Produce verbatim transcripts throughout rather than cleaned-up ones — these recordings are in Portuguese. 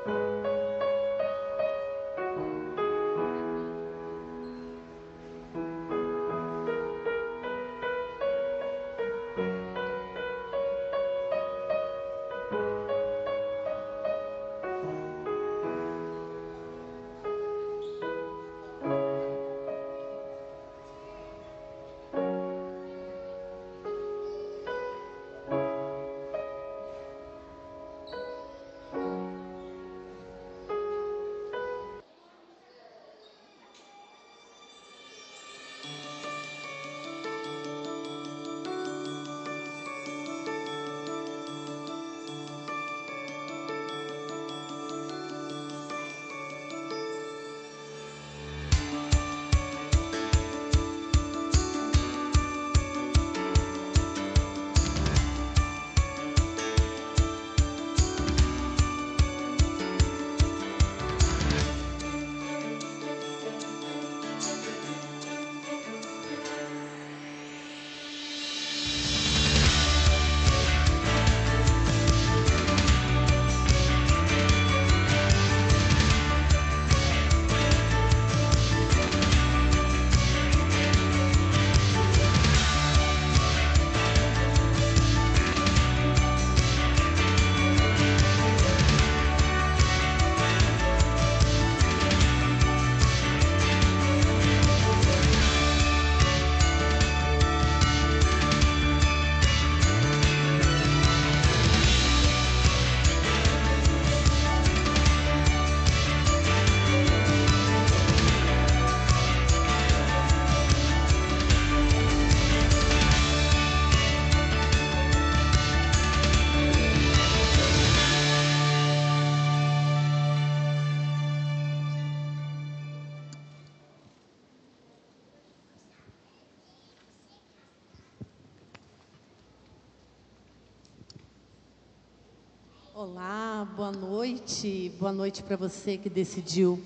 Olá, boa noite. Boa noite para você que decidiu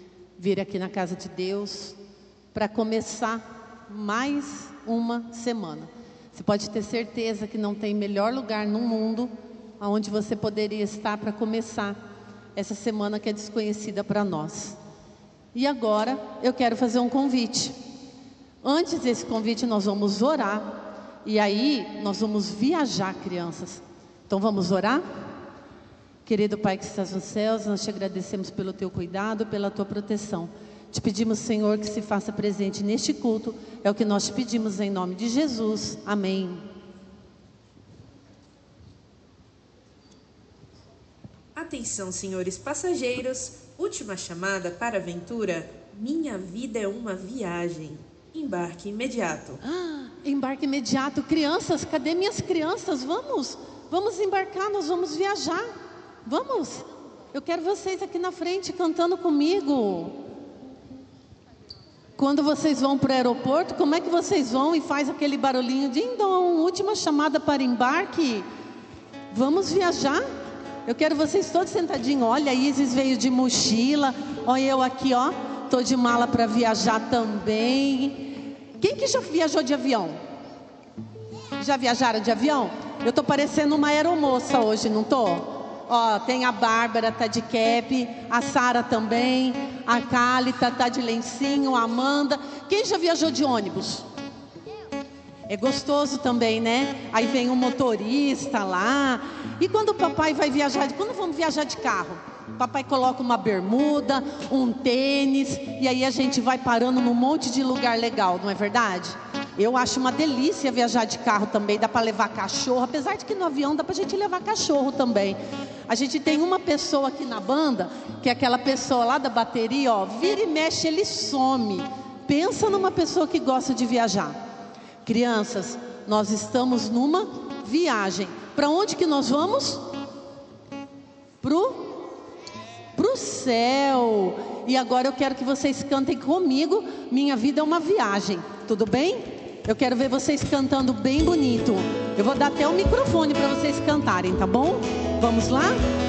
vir aqui na casa de Deus para começar mais uma semana. Você pode ter certeza que não tem melhor lugar no mundo onde você poderia estar para começar essa semana que é desconhecida para nós. E agora eu quero fazer um convite. Antes desse convite nós vamos orar e aí nós vamos viajar, crianças. Então vamos orar? Querido Pai que estás nos céus, nós te agradecemos pelo teu cuidado, pela tua proteção. Te pedimos, Senhor, que se faça presente neste culto. É o que nós te pedimos em nome de Jesus. Amém. Atenção, senhores passageiros. Última chamada para a aventura. Minha vida é uma viagem. Embarque imediato. Ah, embarque imediato. Crianças, cadê minhas crianças? Vamos, vamos embarcar, nós vamos viajar. Vamos, eu quero vocês aqui na frente cantando comigo. Quando vocês vão para o aeroporto, como é que vocês vão e faz aquele barulhinho de dom, última chamada para embarque? Vamos viajar? Eu quero vocês todos sentadinhos. Olha, a Isis veio de mochila. Olha eu aqui, ó, tô de mala para viajar também. Quem que já viajou de avião? Já viajaram de avião? Eu tô parecendo uma aeromoça hoje, não tô? Ó, tem a Bárbara, tá de cap, a Sara também, a Cálita tá de lencinho, a Amanda. Quem já viajou de ônibus? É gostoso também, né? Aí vem um motorista lá. E quando o papai vai viajar, quando vamos viajar de carro? O papai coloca uma bermuda, um tênis, e aí a gente vai parando num monte de lugar legal, não é verdade? Eu acho uma delícia viajar de carro também, dá para levar cachorro, apesar de que no avião dá para a gente levar cachorro também. A gente tem uma pessoa aqui na banda, que é aquela pessoa lá da bateria, ó, vira e mexe, ele some. Pensa numa pessoa que gosta de viajar. Crianças, nós estamos numa viagem. Para onde que nós vamos? Pro, pro céu. E agora eu quero que vocês cantem comigo, Minha Vida é uma Viagem. Tudo bem? Eu quero ver vocês cantando bem bonito. Eu vou dar até o microfone para vocês cantarem, tá bom? Vamos lá?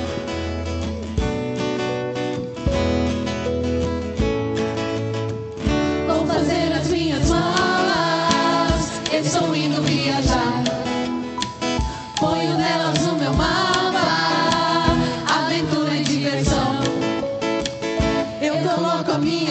Vou fazer as minhas malas, estou indo viajar. Ponho nelas no meu mapa, aventura e diversão.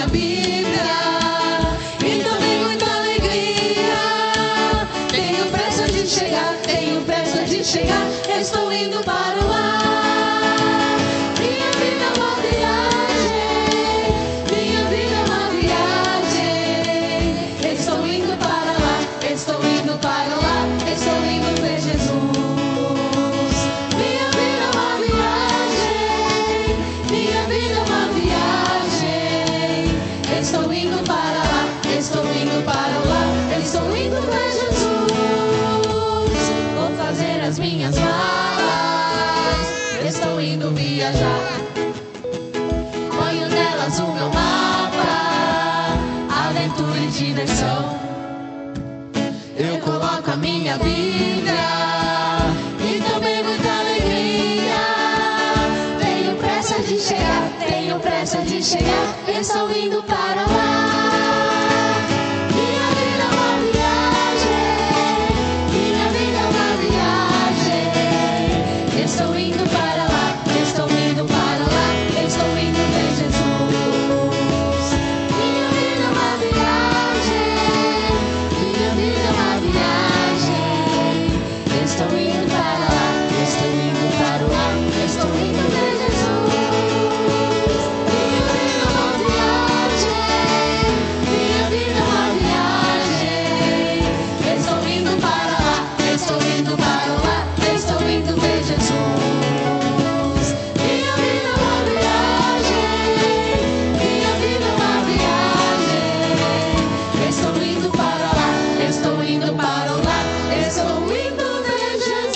Bíblia e também muita alegria. Tenho pressa de chegar, tenho pressa de chegar, estou indo para o lar. Minha vida é uma viagem, minha vida é uma viagem. Estou indo para lá, estou indo para lá, estou indo ver Jesus. Minha vida é uma viagem, minha vida é uma viagem. Estou indo para lá, estou indo para lá, estou indo ver Jesus. Vou fazer as minhas malas, estou indo viajar. Ponho nelas o meu mapa, aventura e diversão. Eu coloco a minha Bíblia e também muita alegria. Tenho pressa de chegar, tenho pressa de chegar, estou indo para lá. Minha vida é uma viagem, minha vida é uma viagem. Estou indo para lá, estou indo para lá, estou indo ver Jesus. Minha vida é uma viagem, minha vida é uma viagem. Estou indo para lá, estou indo para lá, estou indo ver Jesus. Minha vida é uma viagem, minha vida é uma viagem. Estou indo para lá, estou indo para lá, estou indo ver Jesus. Minha vida é uma viagem, minha vida é uma viagem. Estou indo para lá, estou indo para lá, estou indo ver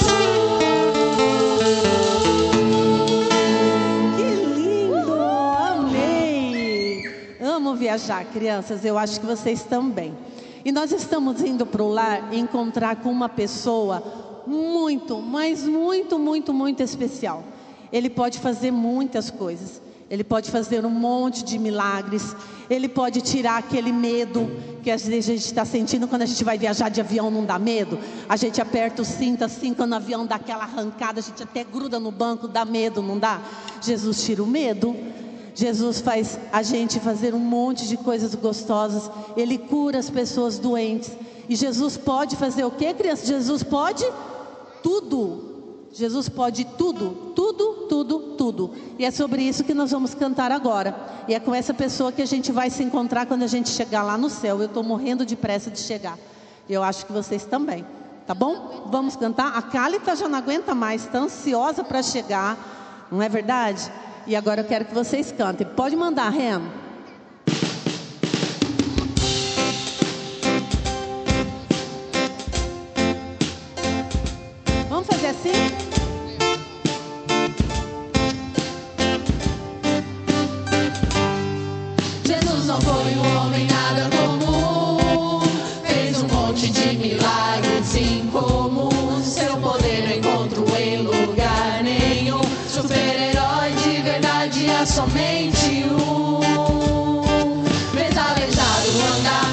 Jesus. Que lindo! Amei! Amo viajar, crianças. Eu acho que vocês também. E nós estamos indo para o lar encontrar com uma pessoa muito, mas muito, muito, muito especial. Ele pode fazer muitas coisas. Ele pode fazer um monte de milagres. Ele pode tirar aquele medo que às vezes a gente está sentindo quando a gente vai viajar de avião, não dá medo? A gente aperta o cinto assim, quando o avião dá aquela arrancada, a gente até gruda no banco, dá medo, não dá? Jesus tira o medo. Jesus faz a gente fazer um monte de coisas gostosas. Ele cura as pessoas doentes. E Jesus pode fazer o quê, criança? Jesus pode tudo. Jesus pode tudo, tudo, tudo, tudo. E é sobre isso que nós vamos cantar agora. E é com essa pessoa que a gente vai se encontrar quando a gente chegar lá no céu. Eu estou morrendo de pressa de chegar. Eu acho que vocês também. Tá bom? Vamos cantar. A Cálita já não aguenta mais, está ansiosa para chegar. Não é verdade? E agora eu quero que vocês cantem. Pode mandar, Ren. Vamos fazer assim? Jesus não foi um homem nada comum, fez um monte de milagres incomuns. Seu poder não encontro em lugar nenhum. Super-herói de verdade há somente um. Fez aleijado andar,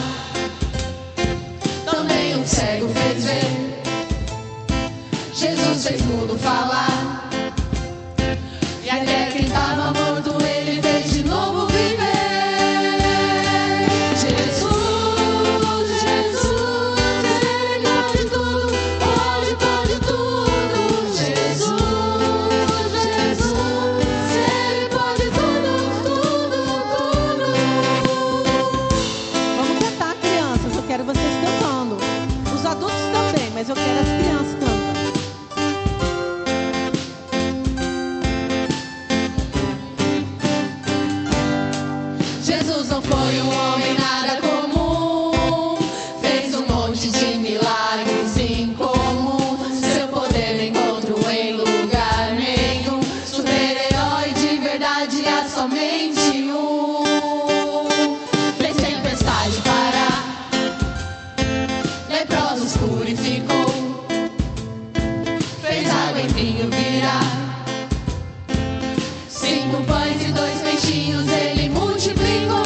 também um cego fez ver. Jesus fez mudo falar, e até quem tava morto ele fez de novo viver. Jesus, Jesus, ele pode tudo, pode, pode tudo. Jesus, Jesus, ele pode tudo, tudo, tudo. Vamos cantar, crianças. Eu quero vocês cantando. Os adultos também, mas eu quero as crianças cantando. Jesus não foi um homem nada comum, fez um monte de milagres incomuns. Seu poder não encontro em lugar nenhum. Super-herói de verdade há somente um. Fez tempestade parar, leprosos purificou, fez água em vinho virar. Cinco pães e dois peixinhos ele multiplicou.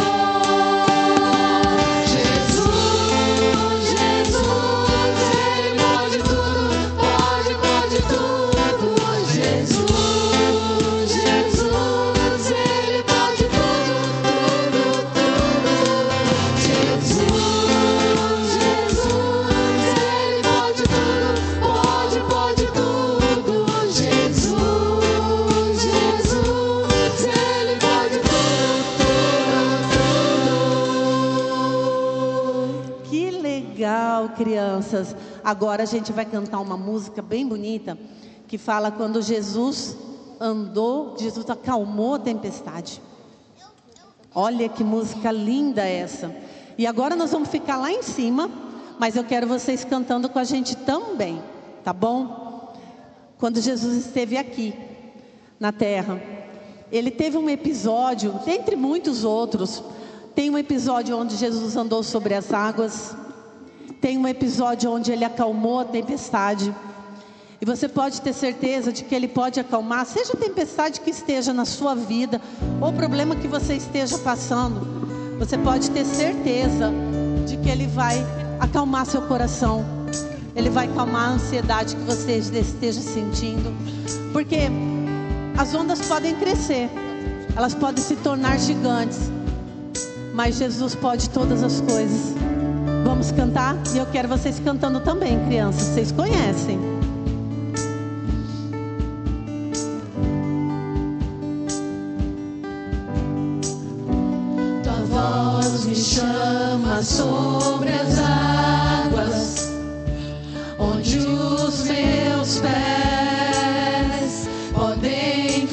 Jesus, Jesus, ele pode tudo, pode, pode tudo. Jesus, Jesus, ele pode crianças. Agora a gente vai cantar uma música bem bonita que fala quando Jesus andou, Jesus acalmou a tempestade. Olha que música linda essa. E agora nós vamos ficar lá em cima, mas eu quero vocês cantando com a gente também, tá bom? Quando Jesus esteve aqui na terra, ele teve um episódio, dentre muitos outros. Tem um episódio onde Jesus andou sobre as águas. Tem um episódio onde ele acalmou a tempestade. E você pode ter certeza de que ele pode acalmar, seja a tempestade que esteja na sua vida, ou o problema que você esteja passando. Você pode ter certeza de que ele vai acalmar seu coração. Ele vai acalmar a ansiedade que você esteja sentindo. Porque as ondas podem crescer, elas podem se tornar gigantes, mas Jesus pode todas as coisas. Vamos cantar? E eu quero vocês cantando também, crianças. Vocês conhecem. Tua voz me chama sobre as águas, onde os meus pés podem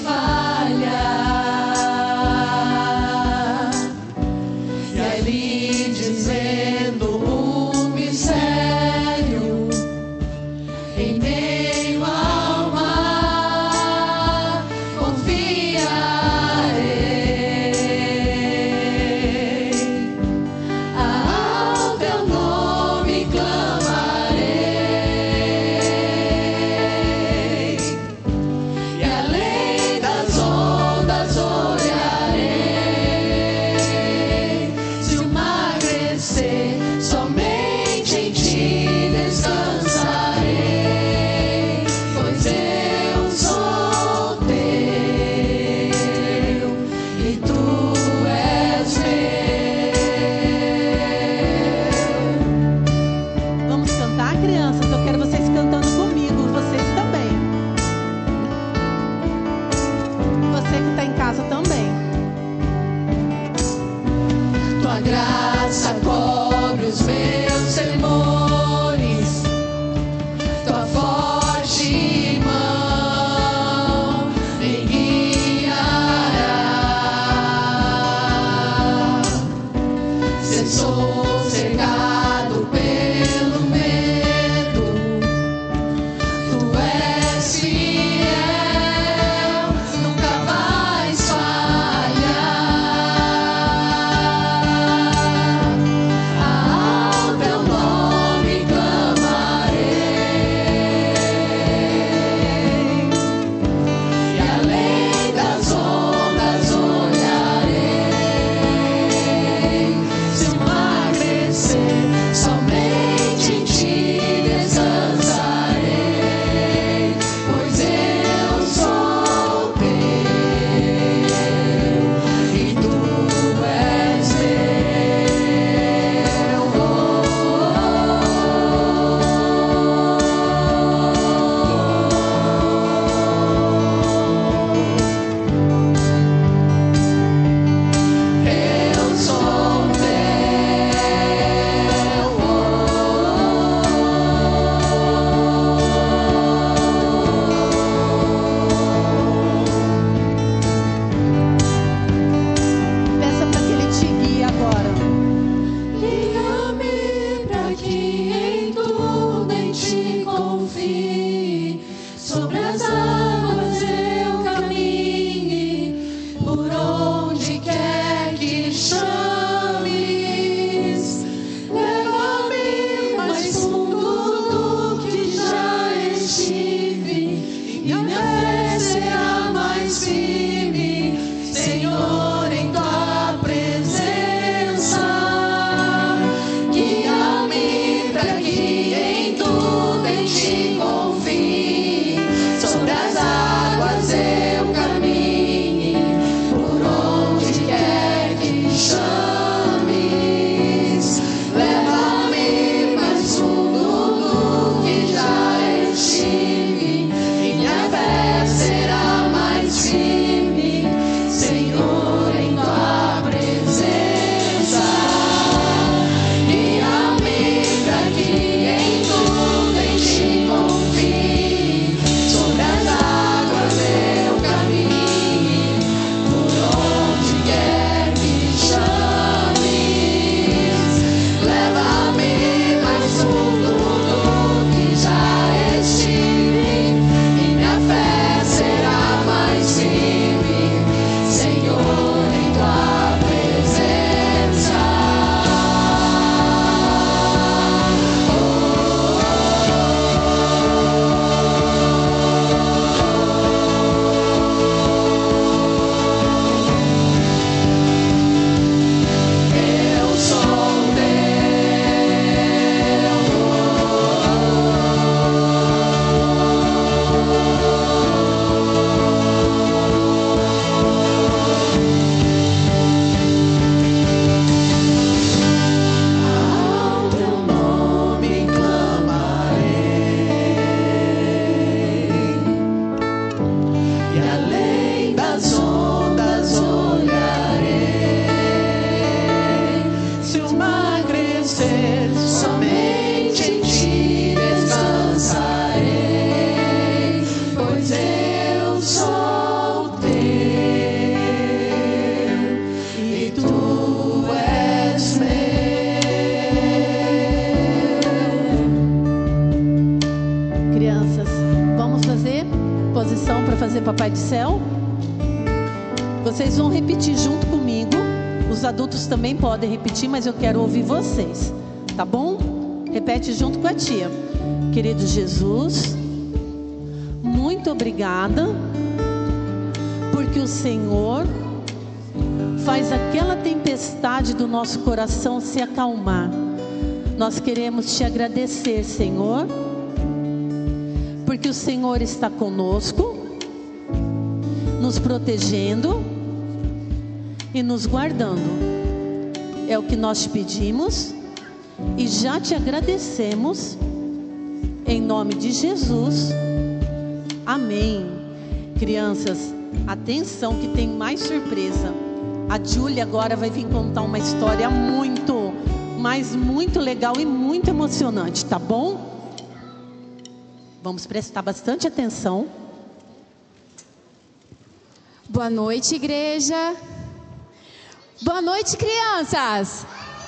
falhar. E ali dizendo um mistério, em meio ao mar, confiarei. Ao teu nome clamarei, e além das ondas olharei. Se o mar crescer, somente em ti descansarei, pois eu sou teu e tu és meu. Vamos cantar, crianças? Eu quero vocês cantando comigo, vocês também. Você que está em casa também. Tua graça cobre os meus temores, tua forte mão me guiará. Se sou cegado pelo medo, tu és fiel, nunca vais falhar. Ao Papai do Céu? Vocês vão repetir junto comigo. Os adultos também podem repetir, mas eu quero ouvir vocês, tá bom? Repete junto com a tia. Querido Jesus, muito obrigada, porque o Senhor faz aquela tempestade do nosso coração se acalmar. Nós queremos te agradecer, Senhor, porque o Senhor está conosco, nos protegendo e nos guardando. É o que nós te pedimos e já te agradecemos, em nome de Jesus. Amém. Crianças, atenção que tem mais surpresa. A Júlia agora vai vir contar uma história muito, mas muito legal e muito emocionante, tá bom? Vamos prestar bastante atenção. Boa noite, igreja. Boa noite, crianças.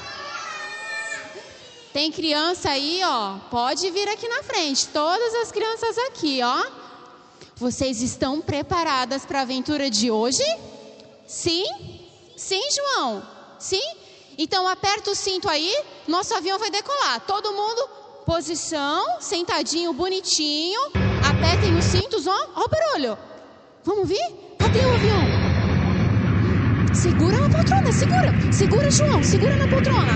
Tem criança aí, ó. Pode vir aqui na frente. Todas as crianças aqui, ó. Vocês estão preparadas para a aventura de hoje? Sim? Sim, João? Sim? Então aperta o cinto aí. Nosso avião vai decolar. Todo mundo, posição, sentadinho, bonitinho. Apertem os cintos, ó. Ó o barulho. Vamos vir? Cadê o avião? Segura na poltrona, segura. Segura, João, segura na poltrona.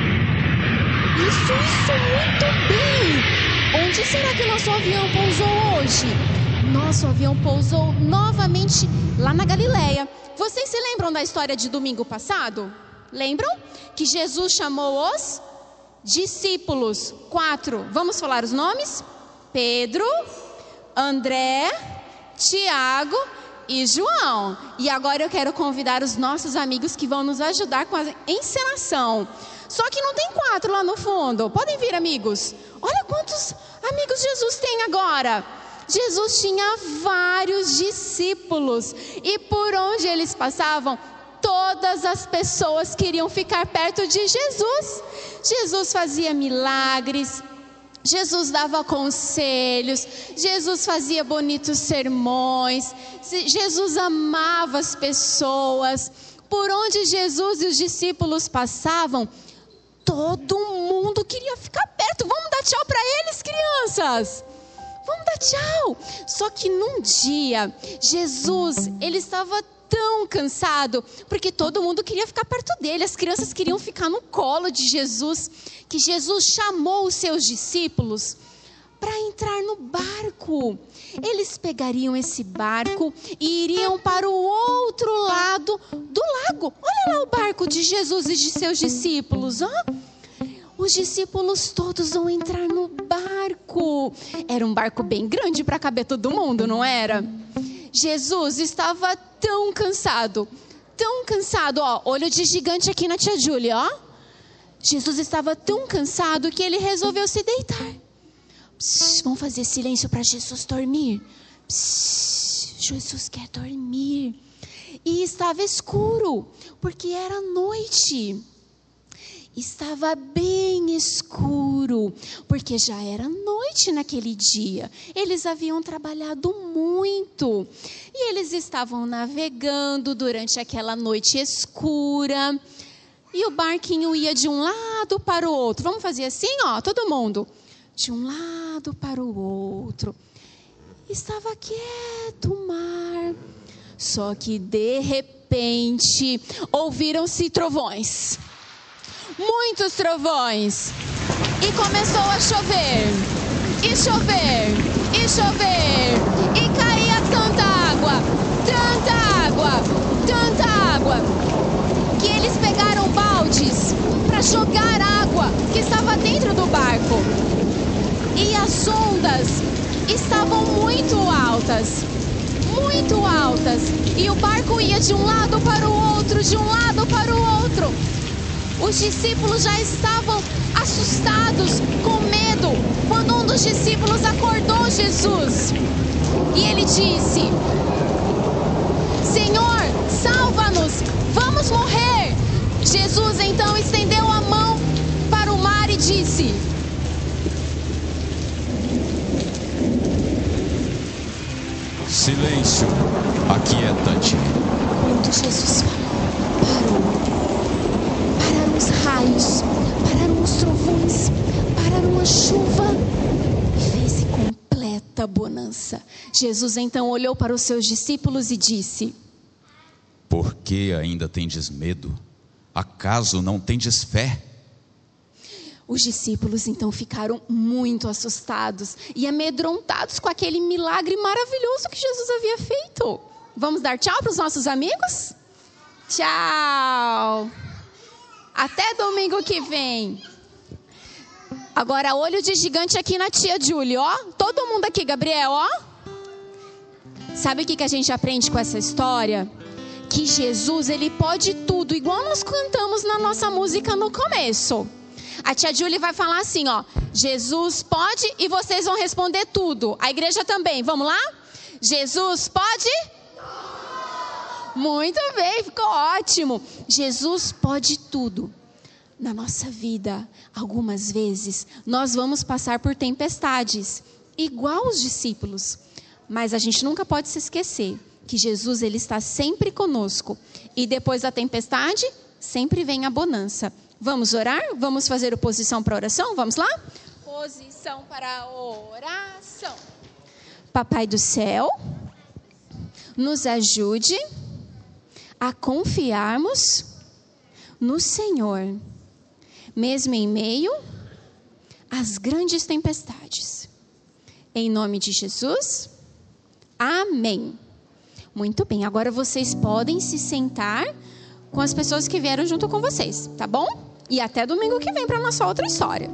Isso, isso, muito bem. Onde será que nosso avião pousou hoje? Nosso avião pousou novamente lá na Galileia. Vocês se lembram da história de domingo passado? Lembram? Que Jesus chamou os discípulos. Quatro. Vamos falar os nomes? Pedro, André, Tiago e João. E agora eu quero convidar os nossos amigos que vão nos ajudar com a encenação. Só que não tem quatro lá no fundo. Podem vir, amigos. Olha quantos amigos Jesus tem agora. Jesus tinha vários discípulos. E por onde eles passavam, todas as pessoas queriam ficar perto de Jesus. Jesus fazia milagres. Jesus dava conselhos, Jesus fazia bonitos sermões, Jesus amava as pessoas. Por onde Jesus e os discípulos passavam, todo mundo queria ficar perto. Vamos dar tchau para eles, crianças. Vamos dar tchau. Só que num dia, Jesus, ele estava tão cansado, porque todo mundo queria ficar perto dele. As crianças queriam ficar no colo de Jesus, que Jesus chamou os seus discípulos para entrar no barco. Eles pegariam esse barco e iriam para o outro lado do lago. Olha lá o barco de Jesus e de seus discípulos, ó. Os discípulos todos vão entrar no barco. Era um barco bem grande para caber todo mundo, não era? Jesus estava tão cansado, tão cansado, ó, olho de gigante aqui na tia Júlia, ó. Jesus estava tão cansado que ele resolveu se deitar. Psss, vamos fazer silêncio para Jesus dormir. Psss, Jesus quer dormir. E estava escuro, porque era noite. Estava bem escuro, porque já era noite naquele dia. Eles haviam trabalhado muito. E eles estavam navegando durante aquela noite escura. E o barquinho ia de um lado para o outro. Vamos fazer assim, ó, todo mundo. De um lado para o outro. Estava quieto o mar. Só que de repente ouviram-se trovões. Muitos trovões. E começou a chover. E chover. E chover. E caía tanta água. Tanta água. Tanta água. Que eles pegaram baldes para jogar água que estava dentro do barco. E as ondas estavam muito altas. Muito altas. E o barco ia de um lado para o outro. De um lado para o outro. Os discípulos já estavam assustados, com medo, quando um dos discípulos acordou Jesus. E ele disse: Senhor, salva-nos, vamos morrer. Jesus então estendeu a mão para o mar e disse: Silêncio, aquieta-te. Quando Jesus falou, parou. Pararam os raios, pararam os trovões, pararam a chuva e fez-se completa bonança. Jesus então olhou para os seus discípulos e disse: Por que ainda tendes medo? Acaso não tendes fé? Os discípulos então ficaram muito assustados e amedrontados com aquele milagre maravilhoso que Jesus havia feito. Vamos dar tchau para os nossos amigos? Tchau! Até domingo que vem. Agora olho de gigante aqui na tia Julie, ó. Todo mundo aqui, Gabriel, ó. Sabe o que, que a gente aprende com essa história? Que Jesus, ele pode tudo, igual nós cantamos na nossa música no começo. A tia Julie vai falar assim, ó: Jesus pode, e vocês vão responder tudo. A igreja também, vamos lá? Jesus pode? Muito bem, ficou ótimo. Jesus pode tudo. Na nossa vida, algumas vezes, nós vamos passar por tempestades, igual os discípulos. Mas a gente nunca pode se esquecer que Jesus, ele está sempre conosco. E depois da tempestade, sempre vem a bonança. Vamos orar? Vamos fazer oposição para a oração? Vamos lá? Posição para a oração. Papai do céu, nos ajude a confiarmos no Senhor, mesmo em meio às grandes tempestades. Em nome de Jesus, amém. Muito bem, agora vocês podem se sentar com as pessoas que vieram junto com vocês, tá bom? E até domingo que vem para a nossa outra história.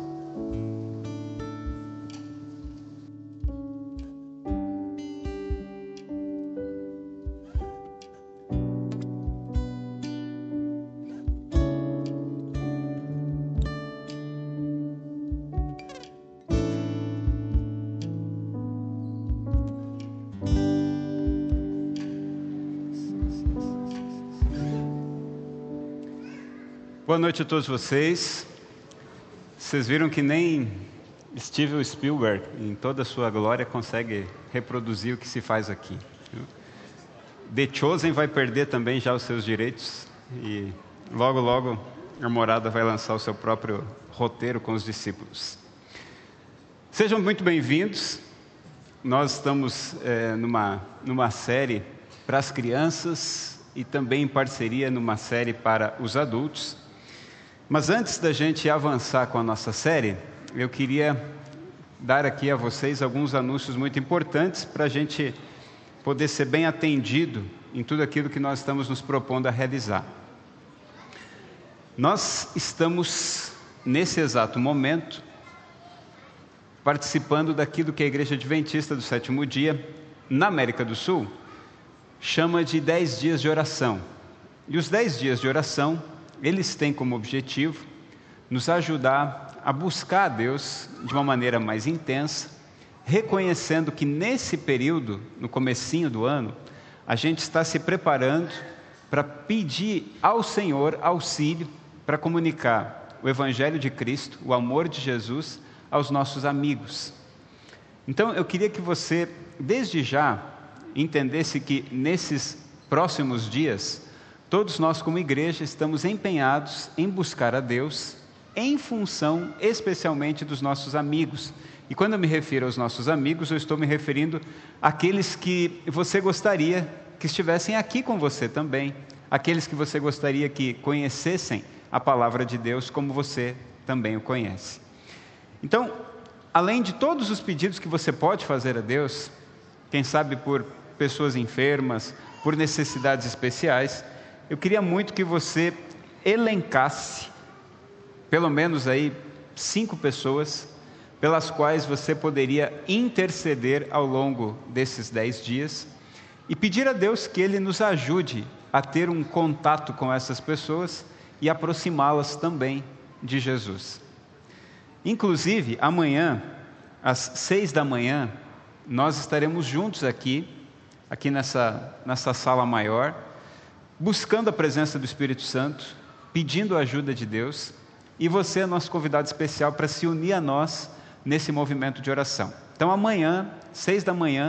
Boa noite a todos vocês. Vocês viram que nem Steven Spielberg, em toda a sua glória, consegue reproduzir o que se faz aqui. The Chosen vai perder também já os seus direitos e logo, logo a Morada vai lançar o seu próprio roteiro com os discípulos. Sejam muito bem-vindos. Nós estamos é, numa, numa série para as crianças e também em parceria numa série para os adultos. Mas antes da gente avançar com a nossa série, eu queria dar aqui a vocês alguns anúncios muito importantes para a gente poder ser bem atendido em tudo aquilo que nós estamos nos propondo a realizar. Nós estamos, nesse exato momento, participando daquilo que a Igreja Adventista do Sétimo Dia, na América do Sul, chama de dez dias de oração. E os dez dias de oração, eles têm como objetivo nos ajudar a buscar a Deus de uma maneira mais intensa, reconhecendo que nesse período, no comecinho do ano, a gente está se preparando para pedir ao Senhor auxílio para comunicar o Evangelho de Cristo, o amor de Jesus, aos nossos amigos. Então, eu queria que você, desde já, entendesse que nesses próximos dias, todos nós como igreja estamos empenhados em buscar a Deus em função especialmente dos nossos amigos. E quando eu me refiro aos nossos amigos, eu estou me referindo àqueles que você gostaria que estivessem aqui com você também, aqueles que você gostaria que conhecessem a palavra de Deus como você também o conhece. Então, além de todos os pedidos que você pode fazer a Deus, quem sabe por pessoas enfermas, por necessidades especiais, eu queria muito que você elencasse pelo menos aí cinco pessoas pelas quais você poderia interceder ao longo desses dez dias e pedir a Deus que Ele nos ajude a ter um contato com essas pessoas e aproximá-las também de Jesus. Inclusive, amanhã, às seis da manhã, nós estaremos juntos aqui, aqui nessa, nessa sala maior, buscando a presença do Espírito Santo, pedindo a ajuda de Deus, e você é nosso convidado especial para se unir a nós nesse movimento de oração. Então amanhã, seis da manhã,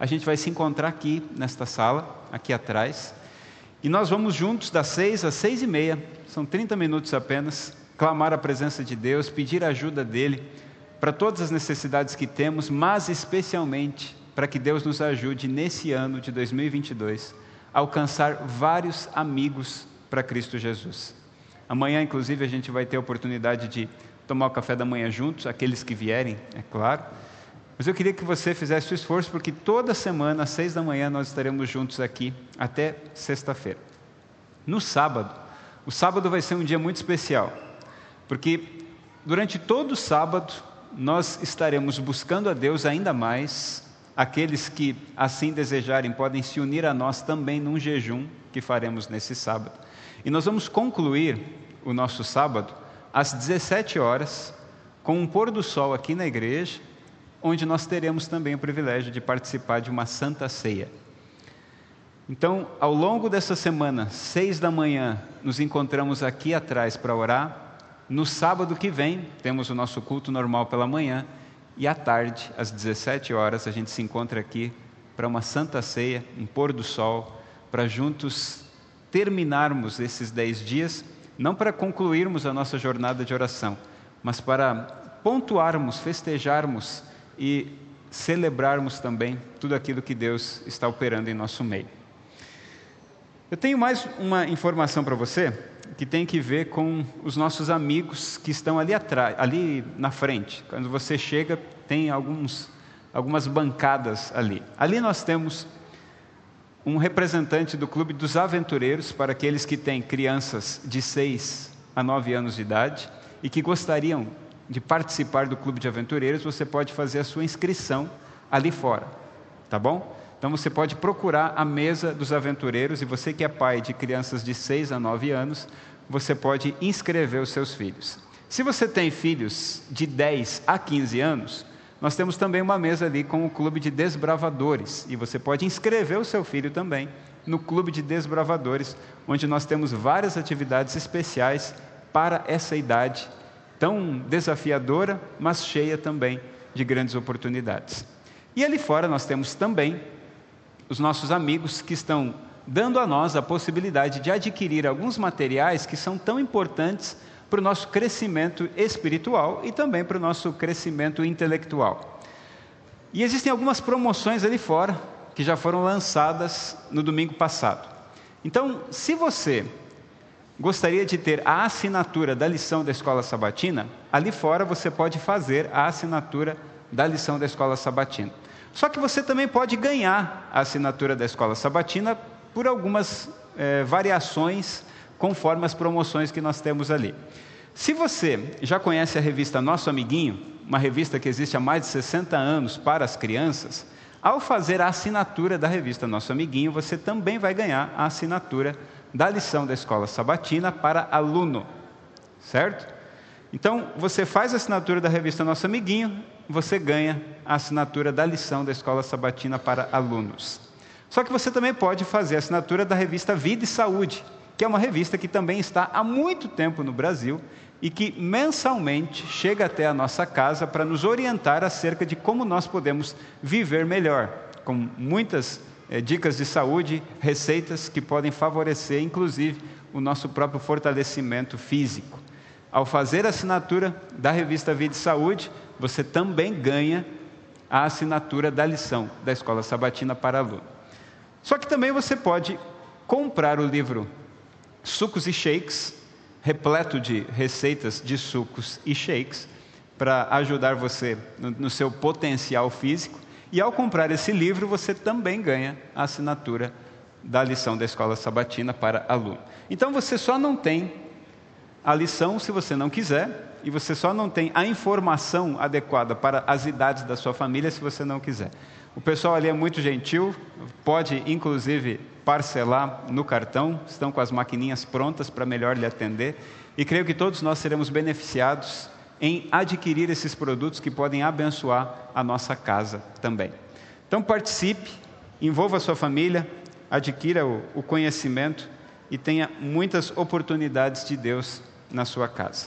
a gente vai se encontrar aqui nesta sala, aqui atrás, e nós vamos juntos das seis às seis e meia, são trinta minutos apenas, clamar a presença de Deus, pedir a ajuda dEle para todas as necessidades que temos, mas especialmente para que Deus nos ajude nesse ano de dois mil e vinte e dois a alcançar vários amigos para Cristo Jesus. Amanhã, inclusive, a gente vai ter a oportunidade de tomar o café da manhã juntos, aqueles que vierem, é claro. Mas eu queria que você fizesse o esforço, porque toda semana, às seis da manhã, nós estaremos juntos aqui, até sexta-feira. No sábado, o sábado vai ser um dia muito especial, porque durante todo o sábado, nós estaremos buscando a Deus ainda mais. Aqueles que assim desejarem podem se unir a nós também num jejum que faremos nesse sábado. E nós vamos concluir o nosso sábado às dezessete horas, com um pôr do sol aqui na igreja, onde nós teremos também o privilégio de participar de uma santa ceia. Então, ao longo dessa semana, seis da manhã, nos encontramos aqui atrás para orar. No sábado que vem, temos o nosso culto normal pela manhã, e à tarde, às dezessete horas, a gente se encontra aqui para uma santa ceia, um pôr do sol, para juntos terminarmos esses dez dias, não para concluirmos a nossa jornada de oração, mas para pontuarmos, festejarmos e celebrarmos também tudo aquilo que Deus está operando em nosso meio. Eu tenho mais uma informação para você, que tem que ver com os nossos amigos que estão ali atrás, ali na frente. Quando você chega, tem alguns, algumas bancadas ali. Ali nós temos um representante do Clube dos Aventureiros, para aqueles que têm crianças de seis a nove anos de idade e que gostariam de participar do Clube de Aventureiros. Você pode fazer a sua inscrição ali fora, tá bom? Então você pode procurar a mesa dos aventureiros, e você que é pai de crianças de seis a nove anos, você pode inscrever os seus filhos. Se você tem filhos de dez a quinze anos, nós temos também uma mesa ali com o Clube de Desbravadores, e você pode inscrever o seu filho também no Clube de Desbravadores, onde nós temos várias atividades especiais para essa idade tão desafiadora, mas cheia também de grandes oportunidades. E ali fora nós temos também os nossos amigos que estão dando a nós a possibilidade de adquirir alguns materiais que são tão importantes para o nosso crescimento espiritual e também para o nosso crescimento intelectual. E existem algumas promoções ali fora que já foram lançadas no domingo passado. Então, se você gostaria de ter a assinatura da lição da Escola Sabatina, ali fora você pode fazer a assinatura da lição da Escola Sabatina. Só que você também pode ganhar a assinatura da Escola Sabatina por algumas eh, variações, conforme as promoções que nós temos ali. Se você já conhece a revista Nosso Amiguinho, uma revista que existe há mais de sessenta anos para as crianças, ao fazer a assinatura da revista Nosso Amiguinho, você também vai ganhar a assinatura da lição da Escola Sabatina para aluno, certo? Então, você faz a assinatura da revista Nosso Amiguinho, você ganha a assinatura da lição da Escola Sabatina para alunos. Só que você também pode fazer a assinatura da revista Vida e Saúde, que é uma revista que também está há muito tempo no Brasil e que mensalmente chega até a nossa casa para nos orientar acerca de como nós podemos viver melhor, com muitas é, dicas de saúde, receitas que podem favorecer, inclusive, o nosso próprio fortalecimento físico. Ao fazer a assinatura da revista Vida e Saúde, você também ganha a assinatura da lição da Escola Sabatina para aluno. Só que também você pode comprar o livro Sucos e Shakes, repleto de receitas de sucos e shakes, para ajudar você no, no seu potencial físico. E ao comprar esse livro, você também ganha a assinatura da lição da Escola Sabatina para aluno. Então você só não tem a lição se você não quiser, e você só não tem a informação adequada para as idades da sua família se você não quiser. O pessoal ali é muito gentil, pode inclusive parcelar no cartão, estão com as maquininhas prontas para melhor lhe atender, e creio que todos nós seremos beneficiados em adquirir esses produtos que podem abençoar a nossa casa também. Então participe, envolva a sua família, adquira o, o conhecimento e tenha muitas oportunidades de Deus na sua casa.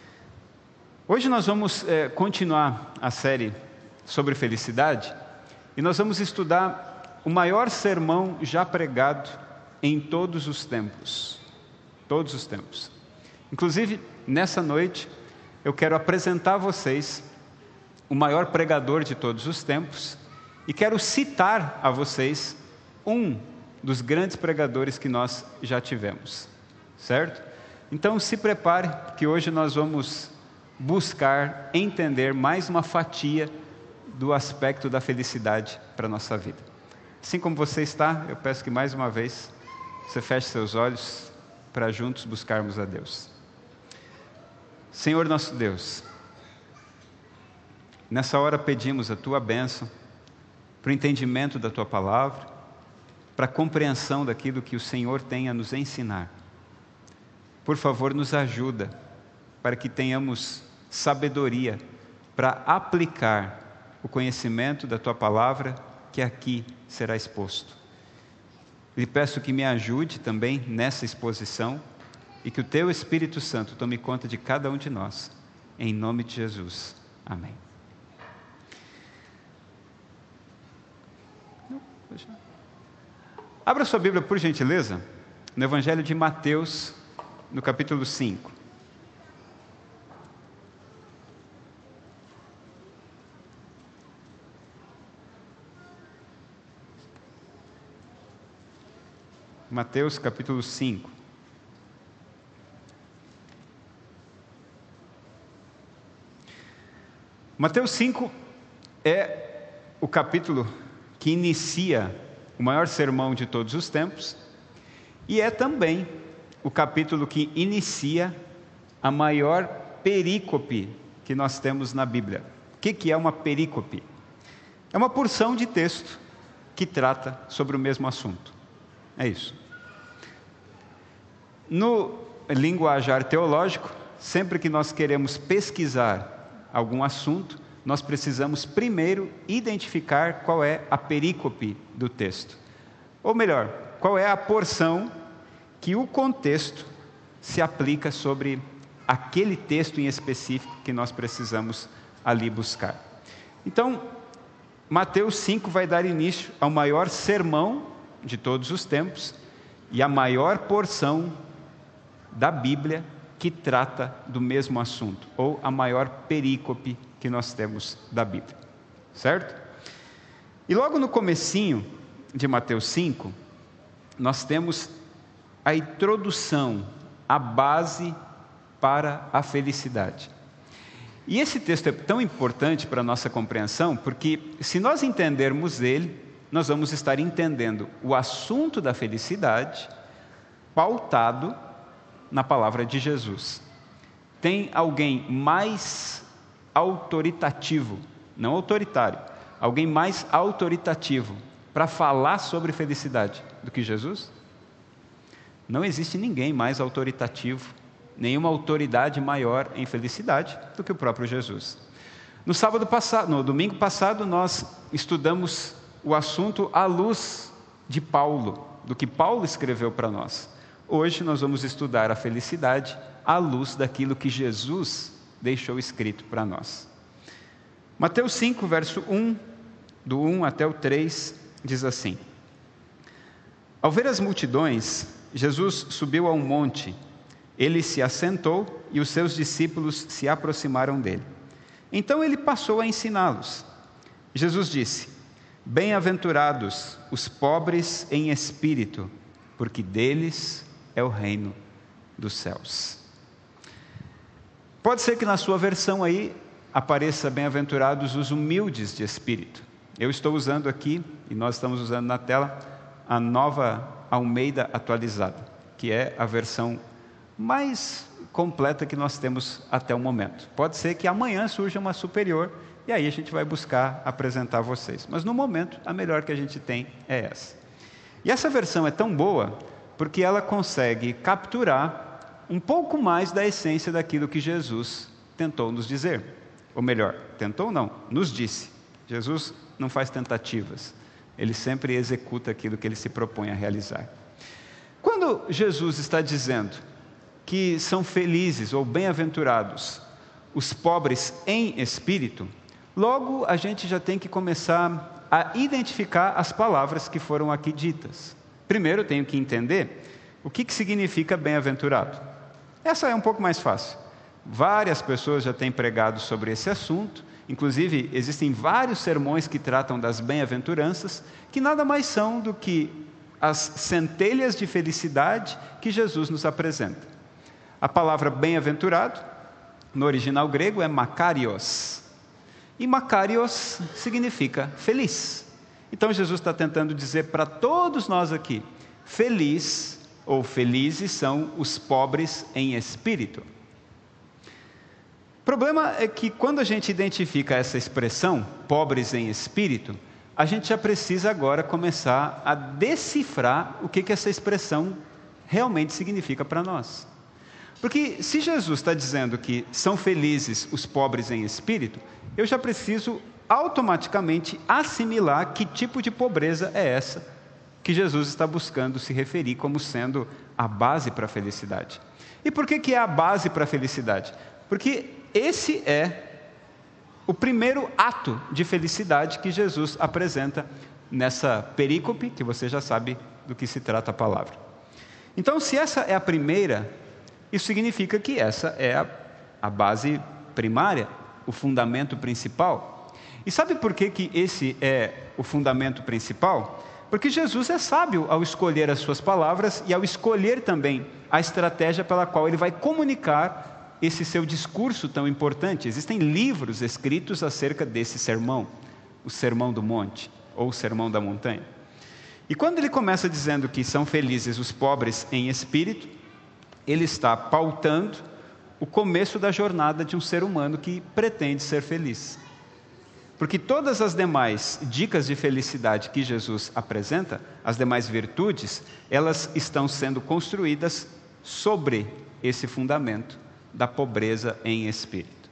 Hoje nós vamos é, continuar a série sobre felicidade, e nós vamos estudar o maior sermão já pregado em todos os tempos. Todos os tempos. Inclusive, nessa noite, eu quero apresentar a vocês o maior pregador de todos os tempos e quero citar a vocês um dos grandes pregadores que nós já tivemos, certo? Então se prepare que hoje nós vamos buscar entender mais uma fatia do aspecto da felicidade para a nossa vida. Assim como você está, eu peço que mais uma vez você feche seus olhos para juntos buscarmos a Deus. Senhor nosso Deus, nessa hora pedimos a Tua bênção para o entendimento da Tua palavra, para a compreensão daquilo que o Senhor tem a nos ensinar. Por favor, nos ajuda para que tenhamos sabedoria para aplicar o conhecimento da Tua palavra que aqui será exposto. Lhe peço que me ajude também nessa exposição e que o Teu Espírito Santo tome conta de cada um de nós. Em nome de Jesus. Amém. Abra sua Bíblia, por gentileza, no Evangelho de Mateus, no capítulo cinco. Mateus, capítulo cinco. Mateus cinco é o capítulo que inicia o maior sermão de todos os tempos e é também o capítulo que inicia a maior perícope que nós temos na Bíblia. O que que é uma perícope? É uma porção de texto que trata sobre o mesmo assunto. É isso. No linguajar teológico, sempre que nós queremos pesquisar algum assunto, nós precisamos primeiro identificar qual é a perícope do texto. Ou melhor, qual é a porção que o contexto se aplica sobre aquele texto em específico que nós precisamos ali buscar. Então, Mateus cinco vai dar início ao maior sermão de todos os tempos e a maior porção da Bíblia que trata do mesmo assunto, ou a maior perícope que nós temos da Bíblia, certo? E logo no comecinho de Mateus cinco, nós temos a introdução, a base para a felicidade. E esse texto é tão importante para a nossa compreensão, porque se nós entendermos ele, nós vamos estar entendendo o assunto da felicidade pautado na palavra de Jesus. Tem alguém mais autoritativo, não autoritário, alguém mais autoritativo para falar sobre felicidade do que Jesus? Não existe ninguém mais autoritativo, nenhuma autoridade maior em felicidade do que o próprio Jesus. No sábado passado, no domingo passado, nós estudamos o assunto à luz de Paulo, do que Paulo escreveu para nós. Hoje nós vamos estudar a felicidade à luz daquilo que Jesus deixou escrito para nós. Mateus cinco, verso um, do um até o três, diz assim: Ao ver as multidões, Jesus subiu a um monte. Ele se assentou e os seus discípulos se aproximaram dele. Então ele passou a ensiná-los. Jesus disse: Bem-aventurados os pobres em espírito, porque deles é o reino dos céus. Pode ser que na sua versão aí apareça bem-aventurados os humildes de espírito. Eu estou usando aqui, e nós estamos usando na tela, a nova Almeida atualizada, que é a versão mais completa que nós temos até o momento. Pode ser que amanhã surja uma superior, e aí a gente vai buscar apresentar a vocês. Mas no momento, a melhor que a gente tem é essa. E essa versão é tão boa, porque ela consegue capturar um pouco mais da essência daquilo que Jesus tentou nos dizer. Ou melhor, tentou não, nos disse. Jesus não faz tentativas, ele sempre executa aquilo que ele se propõe a realizar. Quando Jesus está dizendo que são felizes ou bem-aventurados os pobres em espírito, logo a gente já tem que começar a identificar as palavras que foram aqui ditas. Primeiro, eu tenho que entender o que, que significa bem-aventurado. Essa é um pouco mais fácil. Várias pessoas já têm pregado sobre esse assunto. Inclusive, existem vários sermões que tratam das bem-aventuranças, que nada mais são do que as centelhas de felicidade que Jesus nos apresenta. A palavra bem-aventurado, no original grego, é makarios. E makarios significa feliz. Então, Jesus está tentando dizer para todos nós aqui, feliz ou felizes são os pobres em espírito. O problema é que quando a gente identifica essa expressão, pobres em espírito, a gente já precisa agora começar a decifrar o que, que essa expressão realmente significa para nós. Porque se Jesus está dizendo que são felizes os pobres em espírito, eu já preciso automaticamente assimilar que tipo de pobreza é essa que Jesus está buscando se referir como sendo a base para a felicidade. E por que, que é a base para a felicidade? Porque esse é o primeiro ato de felicidade que Jesus apresenta nessa perícope, que você já sabe do que se trata a palavra. Então, se essa é a primeira, isso significa que essa é a, a base primária, o fundamento principal. E sabe por que, que esse é o fundamento principal? Porque Jesus é sábio ao escolher as suas palavras e ao escolher também a estratégia pela qual ele vai comunicar esse seu discurso tão importante. Existem livros escritos acerca desse sermão, o Sermão do Monte, ou o Sermão da Montanha. E quando ele começa dizendo que são felizes os pobres em espírito, ele está pautando o começo da jornada de um ser humano que pretende ser feliz. Porque todas as demais dicas de felicidade que Jesus apresenta, as demais virtudes, elas estão sendo construídas sobre esse fundamento da pobreza em espírito.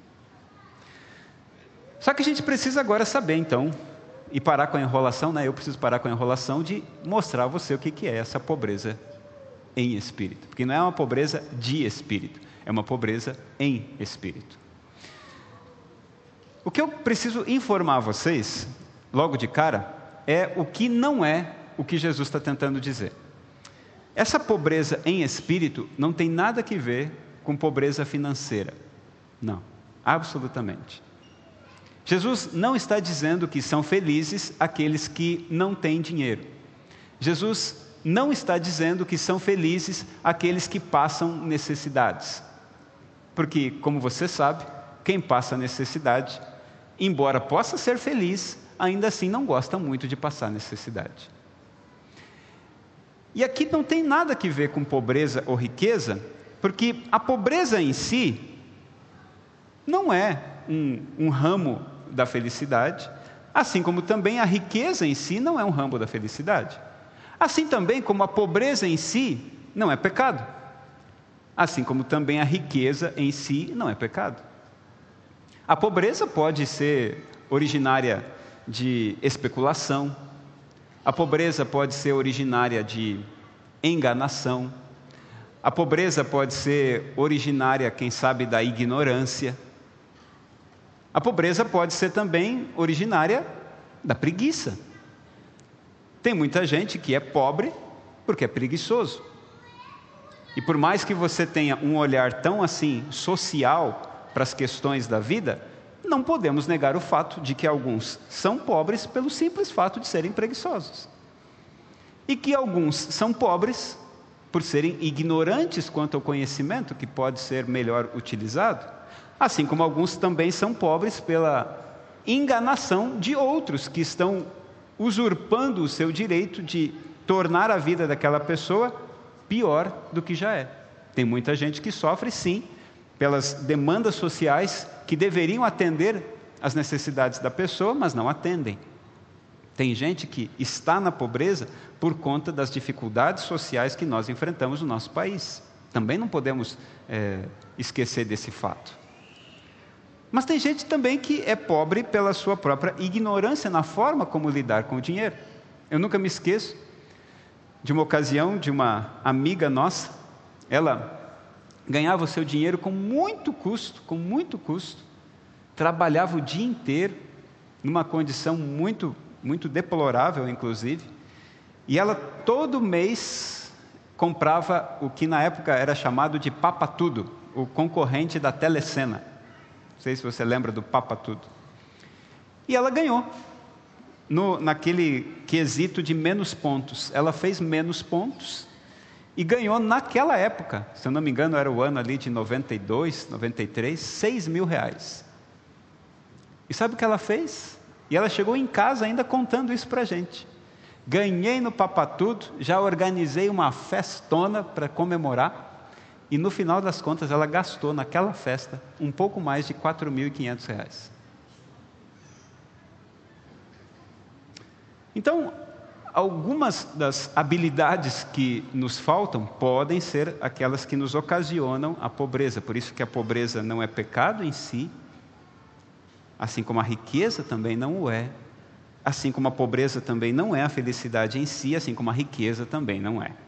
Só que a gente precisa agora saber, então, e parar com a enrolação, né? Eu preciso parar com a enrolação de mostrar a você o que é essa pobreza em espírito. Porque não é uma pobreza de espírito, é uma pobreza em espírito. O que eu preciso informar a vocês, logo de cara, é o que não é o que Jesus está tentando dizer. Essa pobreza em espírito não tem nada a ver com pobreza financeira. Não, absolutamente. Jesus não está dizendo que são felizes aqueles que não têm dinheiro. Jesus não está dizendo que são felizes aqueles que passam necessidades. Porque, como você sabe, quem passa necessidade, embora possa ser feliz, ainda assim não gosta muito de passar necessidade. E aqui não tem nada a ver com pobreza ou riqueza, porque a pobreza em si não é um, um ramo da felicidade, assim como também a riqueza em si não é um ramo da felicidade. Assim também como a pobreza em si não é pecado, assim como também a riqueza em si não é pecado. A pobreza pode ser originária de especulação, a pobreza pode ser originária de enganação, a pobreza pode ser originária, quem sabe, da ignorância. A pobreza pode ser também originária da preguiça. Tem muita gente que é pobre porque é preguiçoso. E por mais que você tenha um olhar tão assim social para as questões da vida, não podemos negar o fato de que alguns são pobres pelo simples fato de serem preguiçosos. E que alguns são pobres por serem ignorantes quanto ao conhecimento que pode ser melhor utilizado, assim como alguns também são pobres pela enganação de outros que estão usurpando o seu direito de tornar a vida daquela pessoa pior do que já é. Tem muita gente que sofre, sim, pelas demandas sociais que deveriam atender às necessidades da pessoa, mas não atendem. Tem gente que está na pobreza por conta das dificuldades sociais que nós enfrentamos no nosso país. Também não podemos é, esquecer desse fato. Mas tem gente também que é pobre pela sua própria ignorância na forma como lidar com o dinheiro. Eu nunca me esqueço de uma ocasião de uma amiga nossa. Ela ganhava o seu dinheiro com muito custo, com muito custo, trabalhava o dia inteiro, numa condição muito muito deplorável, inclusive, e ela todo mês comprava o que na época era chamado de Papa Tudo, o concorrente da Telecena. Não sei se você lembra do Papa Tudo. E ela ganhou, no, naquele quesito de menos pontos. Ela fez menos pontos e ganhou naquela época, se eu não me engano era o ano ali de noventa e dois, noventa e três, seis mil reais. E sabe o que ela fez? E ela chegou em casa ainda contando isso para a gente. Ganhei no Papa Tudo, já organizei uma festona para comemorar, e no final das contas ela gastou naquela festa um pouco mais de quatro mil e quinhentos reais. Então, algumas das habilidades que nos faltam podem ser aquelas que nos ocasionam a pobreza. Por isso que a pobreza não é pecado em si, assim como a riqueza também não o é, assim como a pobreza também não é a felicidade em si, assim como a riqueza também não é.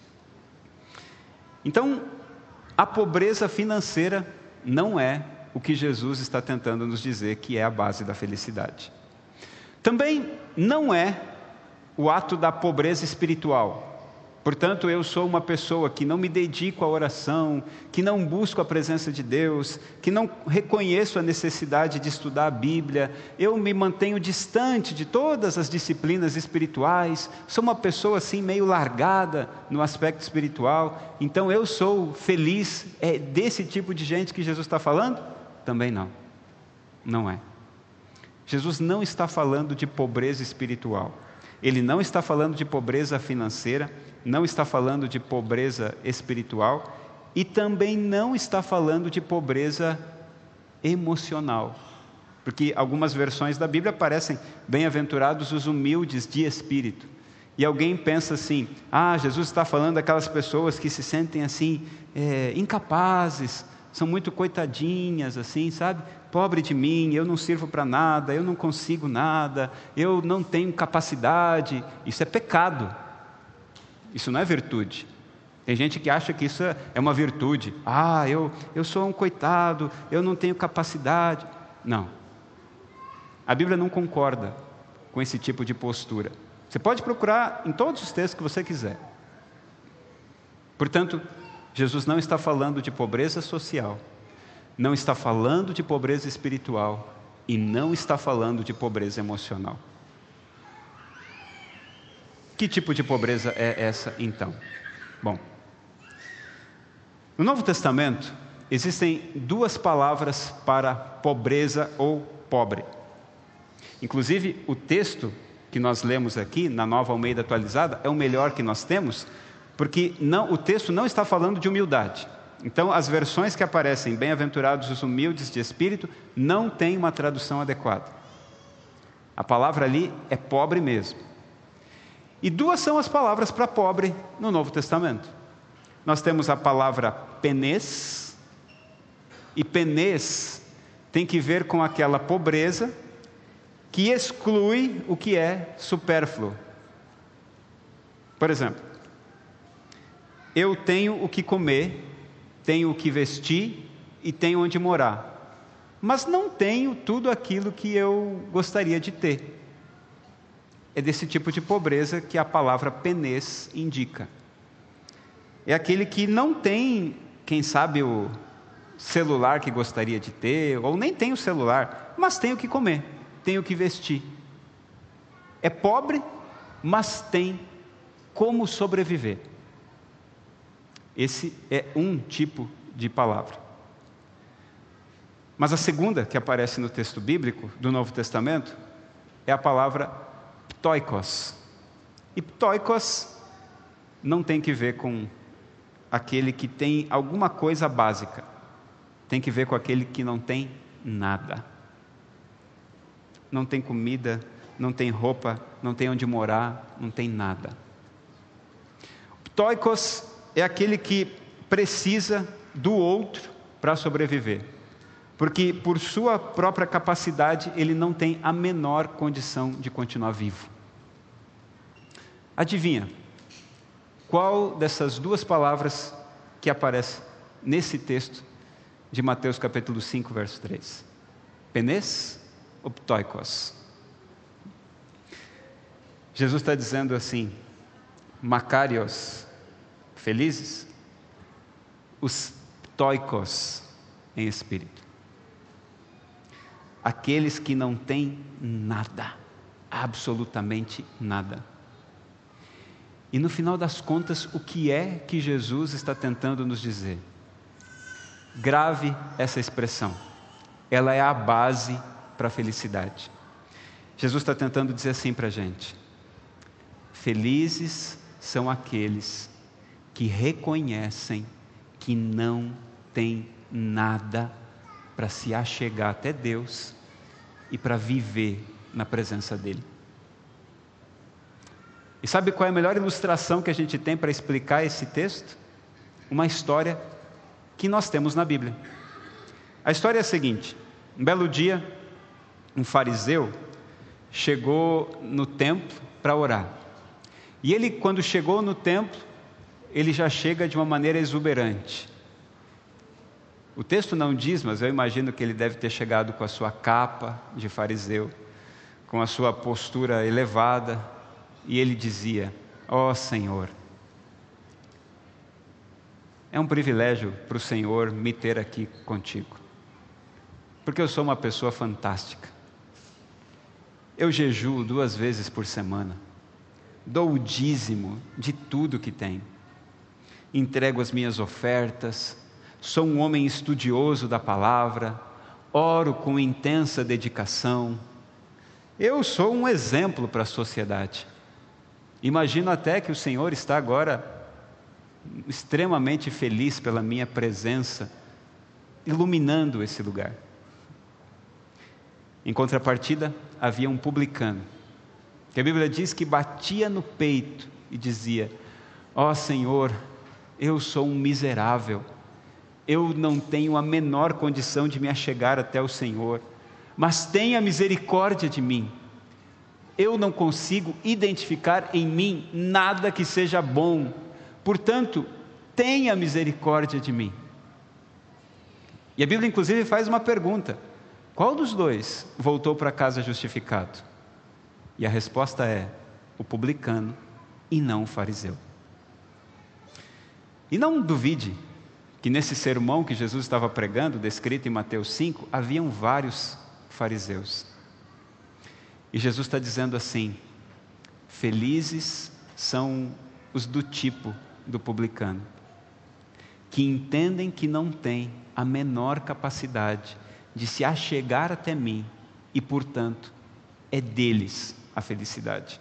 Então, a pobreza financeira não é o que Jesus está tentando nos dizer que é a base da felicidade. Também não é o ato da pobreza espiritual. Portanto, eu sou uma pessoa que não me dedico à oração, que não busco a presença de Deus, que não reconheço a necessidade de estudar a Bíblia, eu me mantenho distante de todas as disciplinas espirituais, sou uma pessoa assim meio largada no aspecto espiritual, então eu sou feliz. É desse tipo de gente que Jesus está falando? Também não, não é. Jesus não está falando de pobreza espiritual, Ele não está falando de pobreza financeira, não está falando de pobreza espiritual e também não está falando de pobreza emocional. Porque algumas versões da Bíblia aparecem bem-aventurados os humildes de espírito. E alguém pensa assim, ah, Jesus está falando daquelas pessoas que se sentem assim, é, incapazes, são muito coitadinhas, assim, sabe? Pobre de mim, eu não sirvo para nada, eu não consigo nada, eu não tenho capacidade. Isso é pecado. Isso não é virtude. Tem gente que acha que isso é uma virtude. Ah, eu, eu sou um coitado, eu não tenho capacidade. Não. A Bíblia não concorda com esse tipo de postura. Você pode procurar em todos os textos que você quiser. Portanto, Jesus não está falando de pobreza social, não está falando de pobreza espiritual e não está falando de pobreza emocional. Que tipo de pobreza é essa, então? Bom, no Novo Testamento, existem duas palavras para pobreza ou pobre. Inclusive, o texto que nós lemos aqui, na Nova Almeida Atualizada, é o melhor que nós temos, porque não, o texto não está falando de humildade. Então, as versões que aparecem, bem-aventurados os humildes de espírito, não têm uma tradução adequada. A palavra ali é pobre mesmo. E duas são as palavras para pobre no Novo Testamento. Nós temos a palavra penês, e penês tem que ver com aquela pobreza que exclui o que é supérfluo. Por exemplo, eu tenho o que comer, tenho o que vestir e tenho onde morar, mas não tenho tudo aquilo que eu gostaria de ter. É desse tipo de pobreza que a palavra penês indica. É aquele que não tem, quem sabe, o celular que gostaria de ter, ou nem tem o celular, mas tem o que comer, tem o que vestir. É pobre, mas tem como sobreviver. Esse é um tipo de palavra. Mas a segunda que aparece no texto bíblico do Novo Testamento é a palavra ptoikos. E ptoikos não tem que ver com aquele que tem alguma coisa básica. Tem que ver com aquele que não tem nada. Não tem comida, não tem roupa, não tem onde morar, não tem nada. Ptoikos é aquele que precisa do outro para sobreviver. Porque por sua própria capacidade ele não tem a menor condição de continuar vivo. Adivinha, qual dessas duas palavras que aparece nesse texto de Mateus capítulo cinco, verso três? Penês ou ptoikos? Jesus está dizendo assim: Macarios, felizes, os toikos em espírito, aqueles que não têm nada, absolutamente nada. E no final das contas, o que é que Jesus está tentando nos dizer? Grave essa expressão, ela é a base para a felicidade. Jesus está tentando dizer assim para a gente: felizes são aqueles que reconhecem que não tem nada para se achegar até Deus e para viver na presença dEle. E sabe qual é a melhor ilustração que a gente tem para explicar esse texto? Uma história que nós temos na Bíblia. A história é a seguinte: um belo dia, um fariseu chegou no templo para orar. E ele, quando chegou no templo, ele já chega de uma maneira exuberante. O texto não diz, mas eu imagino que ele deve ter chegado com a sua capa de fariseu, com a sua postura elevada, e ele dizia: ó Senhor, é um privilégio para o Senhor me ter aqui contigo, porque eu sou uma pessoa fantástica. Eu jejuo duas vezes por semana, dou o dízimo de tudo que tenho, entrego as minhas ofertas, sou um homem estudioso da palavra, oro com intensa dedicação. Eu sou um exemplo para a sociedade. Imagino até que o Senhor está agora extremamente feliz pela minha presença, iluminando esse lugar. Em contrapartida, havia um publicano, que a Bíblia diz que batia no peito e dizia: ó Senhor, eu sou um miserável, eu não tenho a menor condição de me achegar até o Senhor, mas tenha misericórdia de mim. Eu não consigo identificar em mim nada que seja bom, portanto, tenha misericórdia de mim. E a Bíblia inclusive faz uma pergunta: qual dos dois voltou para casa justificado? E a resposta é: o publicano e não o fariseu. E não duvide que nesse sermão que Jesus estava pregando, descrito em Mateus cinco, haviam vários fariseus. E Jesus está dizendo assim: felizes são os do tipo do publicano, que entendem que não têm a menor capacidade de se achegar até mim e, portanto, é deles a felicidade.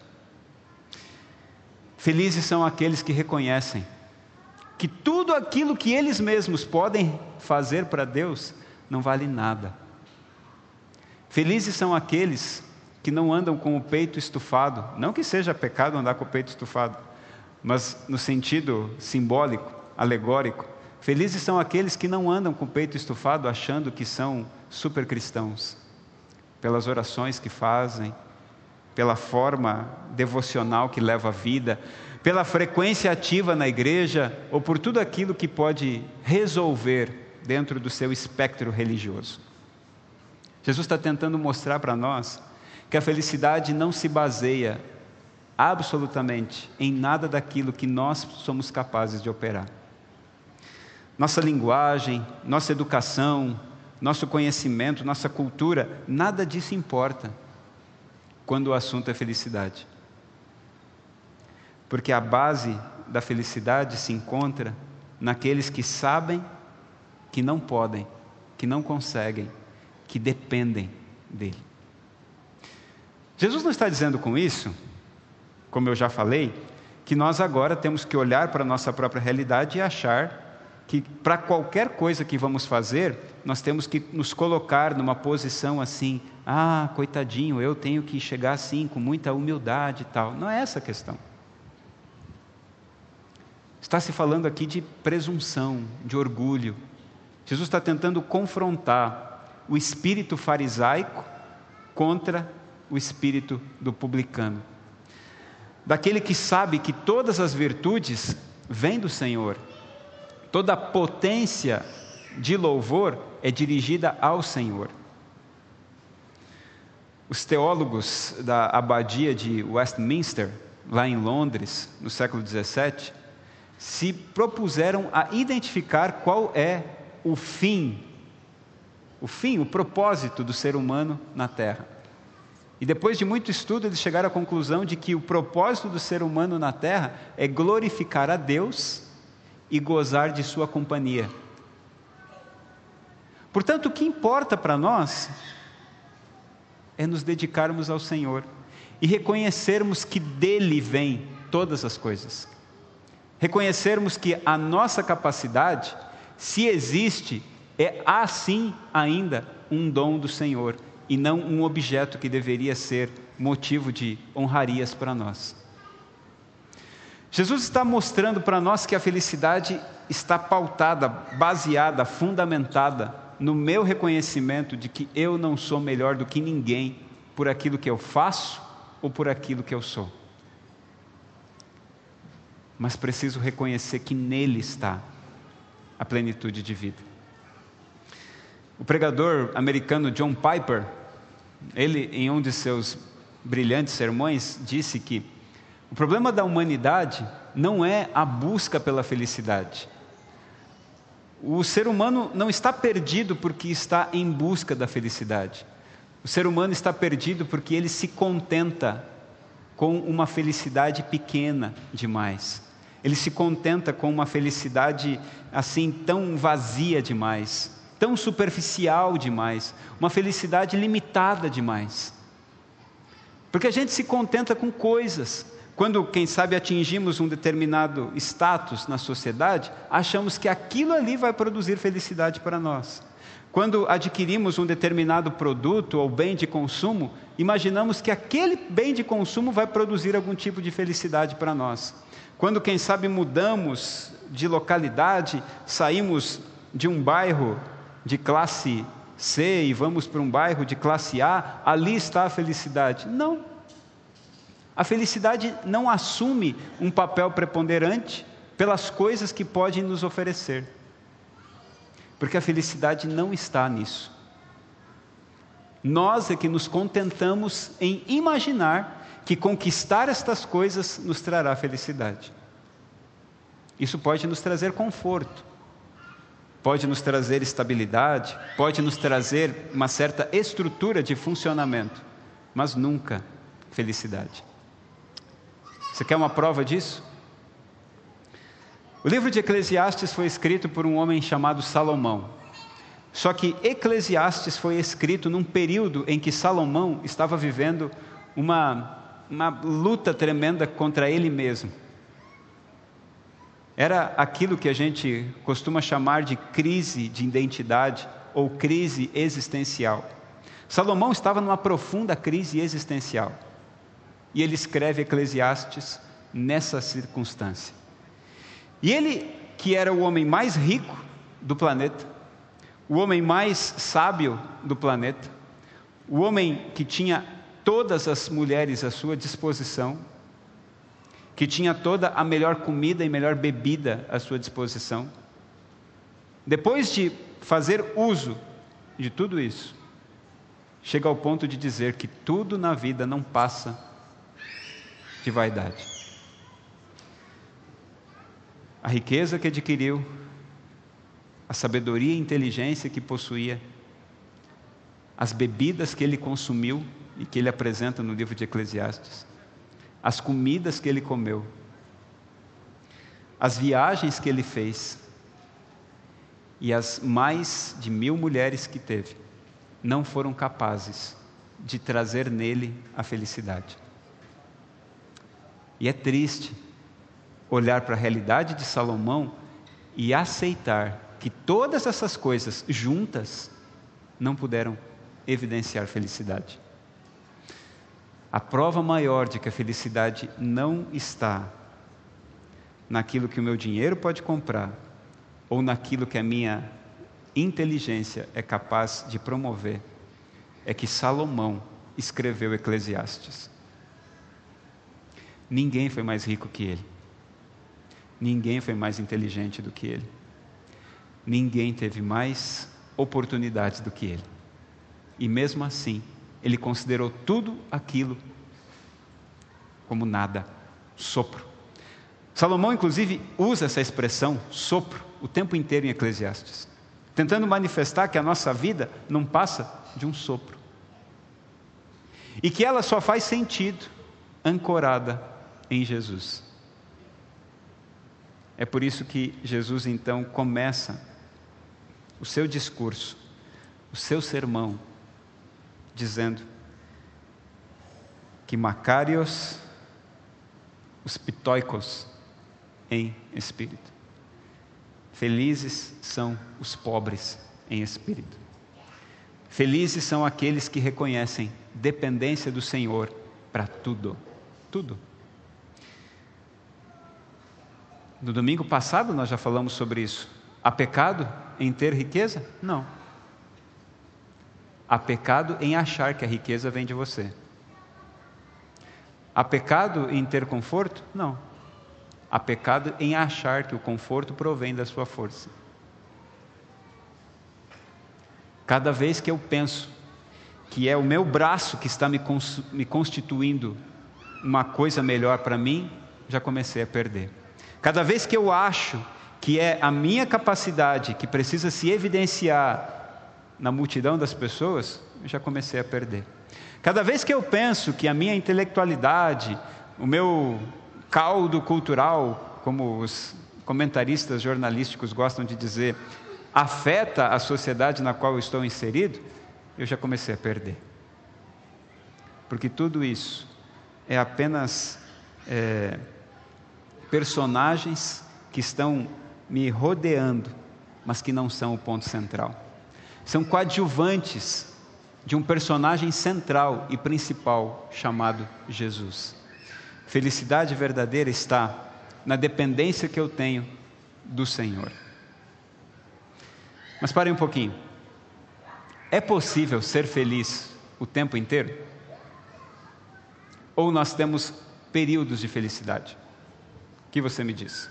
Felizes são aqueles que reconhecem que tudo aquilo que eles mesmos podem fazer para Deus não vale nada. Felizes são aqueles que não andam com o peito estufado, não que seja pecado andar com o peito estufado, mas no sentido simbólico, alegórico. Felizes são aqueles que não andam com o peito estufado achando que são super cristãos, pelas orações que fazem, pela forma devocional que leva a vida, pela frequência ativa na igreja, ou por tudo aquilo que pode resolver dentro do seu espectro religioso. Jesus está tentando mostrar para nós que a felicidade não se baseia absolutamente em nada daquilo que nós somos capazes de operar. Nossa linguagem, nossa educação, nosso conhecimento, nossa cultura, nada disso importa quando o assunto é felicidade. Porque a base da felicidade se encontra naqueles que sabem que não podem, que não conseguem, que dependem dele. Jesus não está dizendo com isso, como eu já falei, que nós agora temos que olhar para a nossa própria realidade e achar que para qualquer coisa que vamos fazer, nós temos que nos colocar numa posição assim: ah, coitadinho, eu tenho que chegar assim, com muita humildade e tal. Não é essa a questão. Está se falando aqui de presunção, de orgulho. Jesus está tentando confrontar o espírito farisaico contra o espírito do publicano. Daquele que sabe que todas as virtudes vêm do Senhor. Toda a potência de louvor é dirigida ao Senhor. Os teólogos da abadia de Westminster, lá em Londres, no século dezessete, se propuseram a identificar qual é o fim, o fim, o propósito do ser humano na Terra. E depois de muito estudo, eles chegaram à conclusão de que o propósito do ser humano na Terra é glorificar a Deus e gozar de sua companhia. Portanto, o que importa para nós é nos dedicarmos ao Senhor e reconhecermos que dele vêm todas as coisas. Reconhecermos que a nossa capacidade, se existe, é assim ainda um dom do Senhor e não um objeto que deveria ser motivo de honrarias para nós. Jesus está mostrando para nós que a felicidade está pautada, baseada, fundamentada no meu reconhecimento de que eu não sou melhor do que ninguém por aquilo que eu faço ou por aquilo que eu sou. Mas preciso reconhecer que nele está a plenitude de vida. O pregador americano John Piper, ele em um de seus brilhantes sermões disse que o problema da humanidade não é a busca pela felicidade. O ser humano não está perdido porque está em busca da felicidade. O ser humano está perdido porque ele se contenta com uma felicidade pequena demais. Ele se contenta com uma felicidade assim tão vazia demais, tão superficial demais, uma felicidade limitada demais. Porque a gente se contenta com coisas. Quando, quem sabe, atingimos um determinado status na sociedade, achamos que aquilo ali vai produzir felicidade para nós. Quando adquirimos um determinado produto ou bem de consumo, imaginamos que aquele bem de consumo vai produzir algum tipo de felicidade para nós. Quando, quem sabe, mudamos de localidade, saímos de um bairro de classe C e vamos para um bairro de classe A, ali está a felicidade. Não. A felicidade não assume um papel preponderante pelas coisas que pode nos oferecer. Porque a felicidade não está nisso. Nós é que nos contentamos em imaginar que conquistar estas coisas nos trará felicidade. Isso pode nos trazer conforto, pode nos trazer estabilidade, pode nos trazer uma certa estrutura de funcionamento, mas nunca felicidade. Você quer uma prova disso? O livro de Eclesiastes foi escrito por um homem chamado Salomão. Só que Eclesiastes foi escrito num período em que Salomão estava vivendo uma, uma luta tremenda contra ele mesmo. Era aquilo que a gente costuma chamar de crise de identidade ou crise existencial. Salomão estava numa profunda crise existencial. E ele escreve Eclesiastes nessa circunstância. E ele, que era o homem mais rico do planeta, o homem mais sábio do planeta, o homem que tinha todas as mulheres à sua disposição, que tinha toda a melhor comida e melhor bebida à sua disposição, depois de fazer uso de tudo isso, chega ao ponto de dizer que tudo na vida não passa de vaidade. A riqueza que adquiriu, a sabedoria e inteligência que possuía, as bebidas que ele consumiu e que ele apresenta no livro de Eclesiastes, as comidas que ele comeu, as viagens que ele fez e as mais de mil mulheres que teve, não foram capazes de trazer nele a felicidade. E é triste olhar para a realidade de Salomão e aceitar que todas essas coisas juntas não puderam evidenciar felicidade. A prova maior de que a felicidade não está naquilo que o meu dinheiro pode comprar ou naquilo que a minha inteligência é capaz de promover é que Salomão escreveu Eclesiastes. Ninguém foi mais rico que ele. Ninguém foi mais inteligente do que ele. Ninguém teve mais oportunidades do que ele. E mesmo assim, ele considerou tudo aquilo como nada, sopro. Salomão, inclusive, usa essa expressão, sopro, o tempo inteiro em Eclesiastes, tentando manifestar que a nossa vida não passa de um sopro. E que ela só faz sentido ancorada em Jesus. É por isso que Jesus, então, começa o seu discurso, o seu sermão, dizendo que Macarios, os pitóicos em espírito. Felizes são os pobres em espírito. Felizes são aqueles que reconhecem dependência do Senhor para tudo, tudo. No domingo passado nós já falamos sobre isso. Há pecado em ter riqueza? Não. Há pecado em achar que a riqueza vem de você. Há pecado em ter conforto? Não. Há pecado em achar que o conforto provém da sua força. Cada vez que eu penso que é o meu braço que está me, cons- me constituindo uma coisa melhor para mim, já comecei a perder. Cada vez que eu acho que é a minha capacidade que precisa se evidenciar na multidão das pessoas, eu já comecei a perder. Cada vez que eu penso que a minha intelectualidade, o meu caldo cultural, como os comentaristas jornalísticos gostam de dizer, afeta a sociedade na qual eu estou inserido, eu já comecei a perder. Porque tudo isso é apenas é, personagens que estão me rodeando, mas que não são o ponto central. São coadjuvantes de um personagem central e principal chamado Jesus. Felicidade verdadeira está na dependência que eu tenho do Senhor. Mas parem um pouquinho. É possível ser feliz o tempo inteiro? Ou nós temos períodos de felicidade? O que você me diz?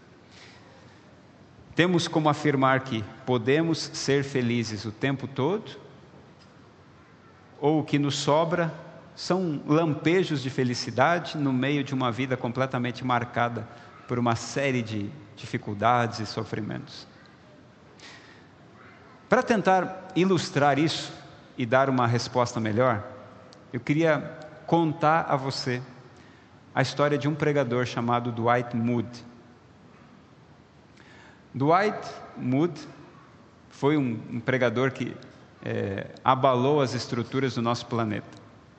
Temos como afirmar que podemos ser felizes o tempo todo? Ou o que nos sobra são lampejos de felicidade no meio de uma vida completamente marcada por uma série de dificuldades e sofrimentos? Para tentar ilustrar isso e dar uma resposta melhor, eu queria contar a você a história de um pregador chamado Dwight Moody. Dwight Moody foi um, um pregador que é, abalou as estruturas do nosso planeta.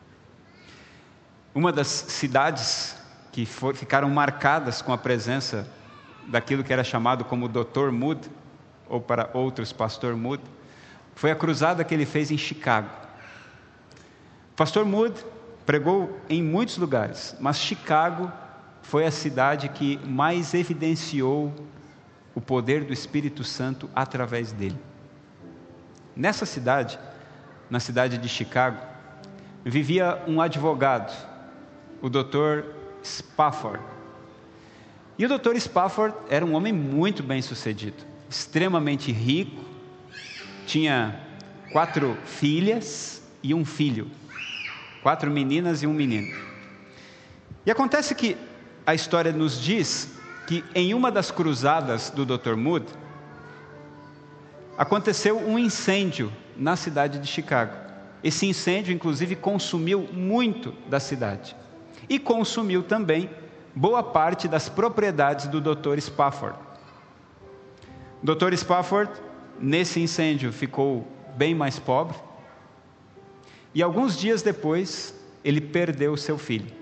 Uma das cidades que for, ficaram marcadas com a presença daquilo que era chamado como doutor Moody, ou para outros, Pastor Moody, foi a cruzada que ele fez em Chicago. Pastor Moody pregou em muitos lugares, mas Chicago foi a cidade que mais evidenciou o poder do Espírito Santo através dele. Nessa cidade, na cidade de Chicago, vivia um advogado, o doutor Spafford. E o doutor Spafford era um homem muito bem sucedido, extremamente rico, tinha quatro filhas e um filho, quatro meninas e um menino. E acontece que a história nos diz que em uma das cruzadas do doutor Moody, aconteceu um incêndio na cidade de Chicago. Esse incêndio, inclusive, consumiu muito da cidade. E consumiu também boa parte das propriedades do doutor Spafford. O doutor Spafford, nesse incêndio, ficou bem mais pobre. E alguns dias depois, ele perdeu seu filho.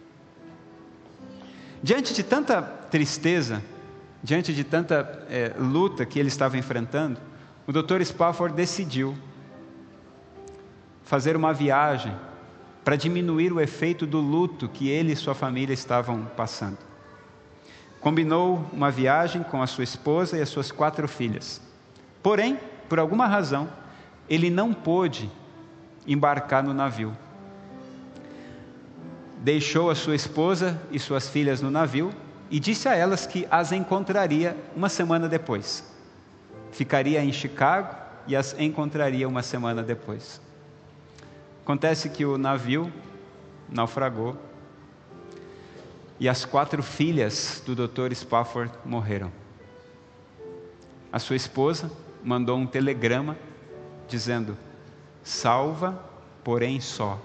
Diante de tanta tristeza, diante de tanta é, luta que ele estava enfrentando, o doutor Spafford decidiu fazer uma viagem para diminuir o efeito do luto que ele e sua família estavam passando. Combinou uma viagem com a sua esposa e as suas quatro filhas. Porém, por alguma razão, ele não pôde embarcar no navio. Deixou a sua esposa e suas filhas no navio e disse a elas que as encontraria uma semana depois. Ficaria em Chicago e as encontraria uma semana depois. Acontece que o navio naufragou e as quatro filhas do doutor Spafford morreram. A sua esposa mandou um telegrama dizendo: salva, porém só.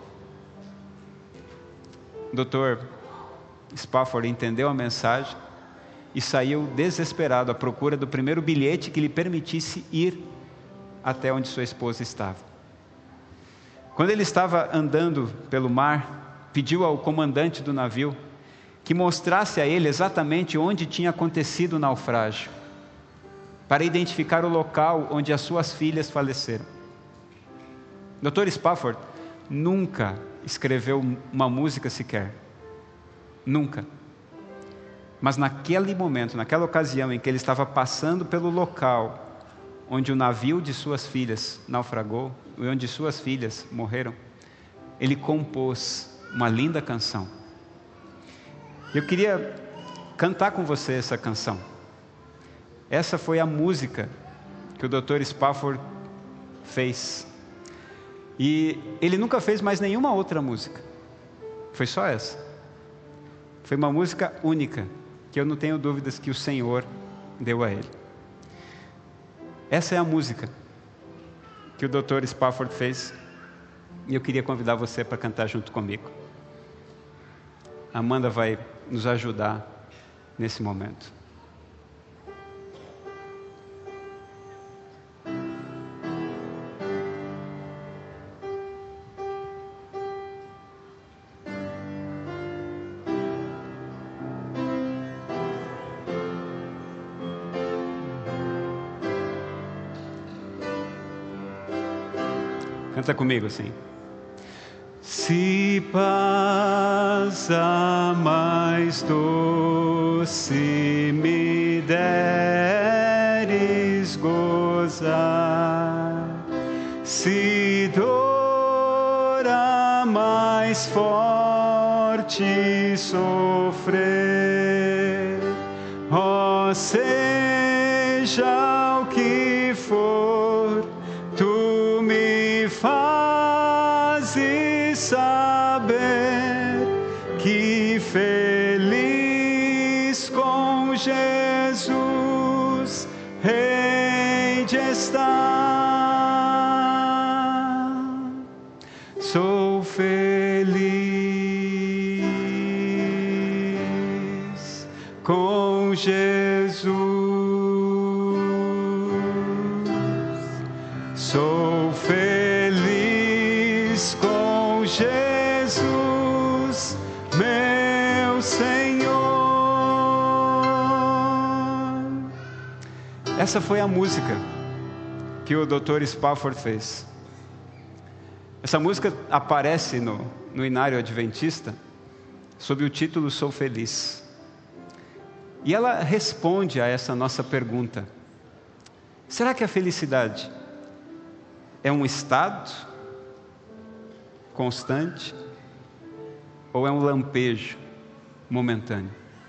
O doutor Spafford entendeu a mensagem e saiu desesperado à procura do primeiro bilhete que lhe permitisse ir até onde sua esposa estava. Quando ele estava andando pelo mar, pediu ao comandante do navio que mostrasse a ele exatamente onde tinha acontecido o naufrágio, para identificar o local onde as suas filhas faleceram. doutor Spafford nunca escreveu uma música sequer. Nunca. Mas naquele momento, naquela ocasião em que ele estava passando pelo local onde o navio de suas filhas naufragou, e onde suas filhas morreram, ele compôs uma linda canção. Eu queria cantar com você essa canção. Essa foi a música que o doutor Spafford fez. E ele nunca fez mais nenhuma outra música. Foi só essa. Foi uma música única, que eu não tenho dúvidas que o Senhor deu a ele. Essa é a música que o doutor Spafford fez, e eu queria convidar você para cantar junto comigo. A Amanda vai nos ajudar nesse momento. Canta comigo assim. Se passa mais doce me deres gozar, se dor a mais forte sofrer, ó seja o que for, tu me fazes saber que feliz com Jesus hei de estar. Sou feliz com Jesus. Sou feliz com Jesus, meu Senhor. Essa foi a música que o doutor Spafford fez. Essa música aparece no, no Inário Adventista sob o título Sou Feliz. E ela responde a essa nossa pergunta: será que a felicidade é um estado constante ou é um lampejo momentâneo?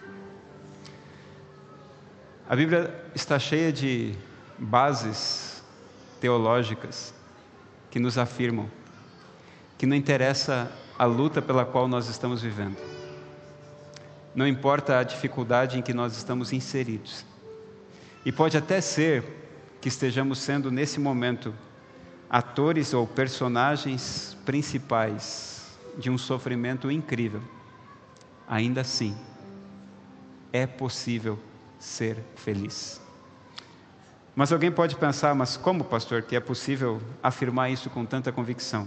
A Bíblia está cheia de bases teológicas que nos afirmam que não interessa a luta pela qual nós estamos vivendo, não importa a dificuldade em que nós estamos inseridos, e pode até ser que estejamos sendo nesse momento atores ou personagens principais de um sofrimento incrível, ainda assim é possível ser feliz. Mas alguém pode pensar: mas como, pastor, que é possível afirmar isso com tanta convicção?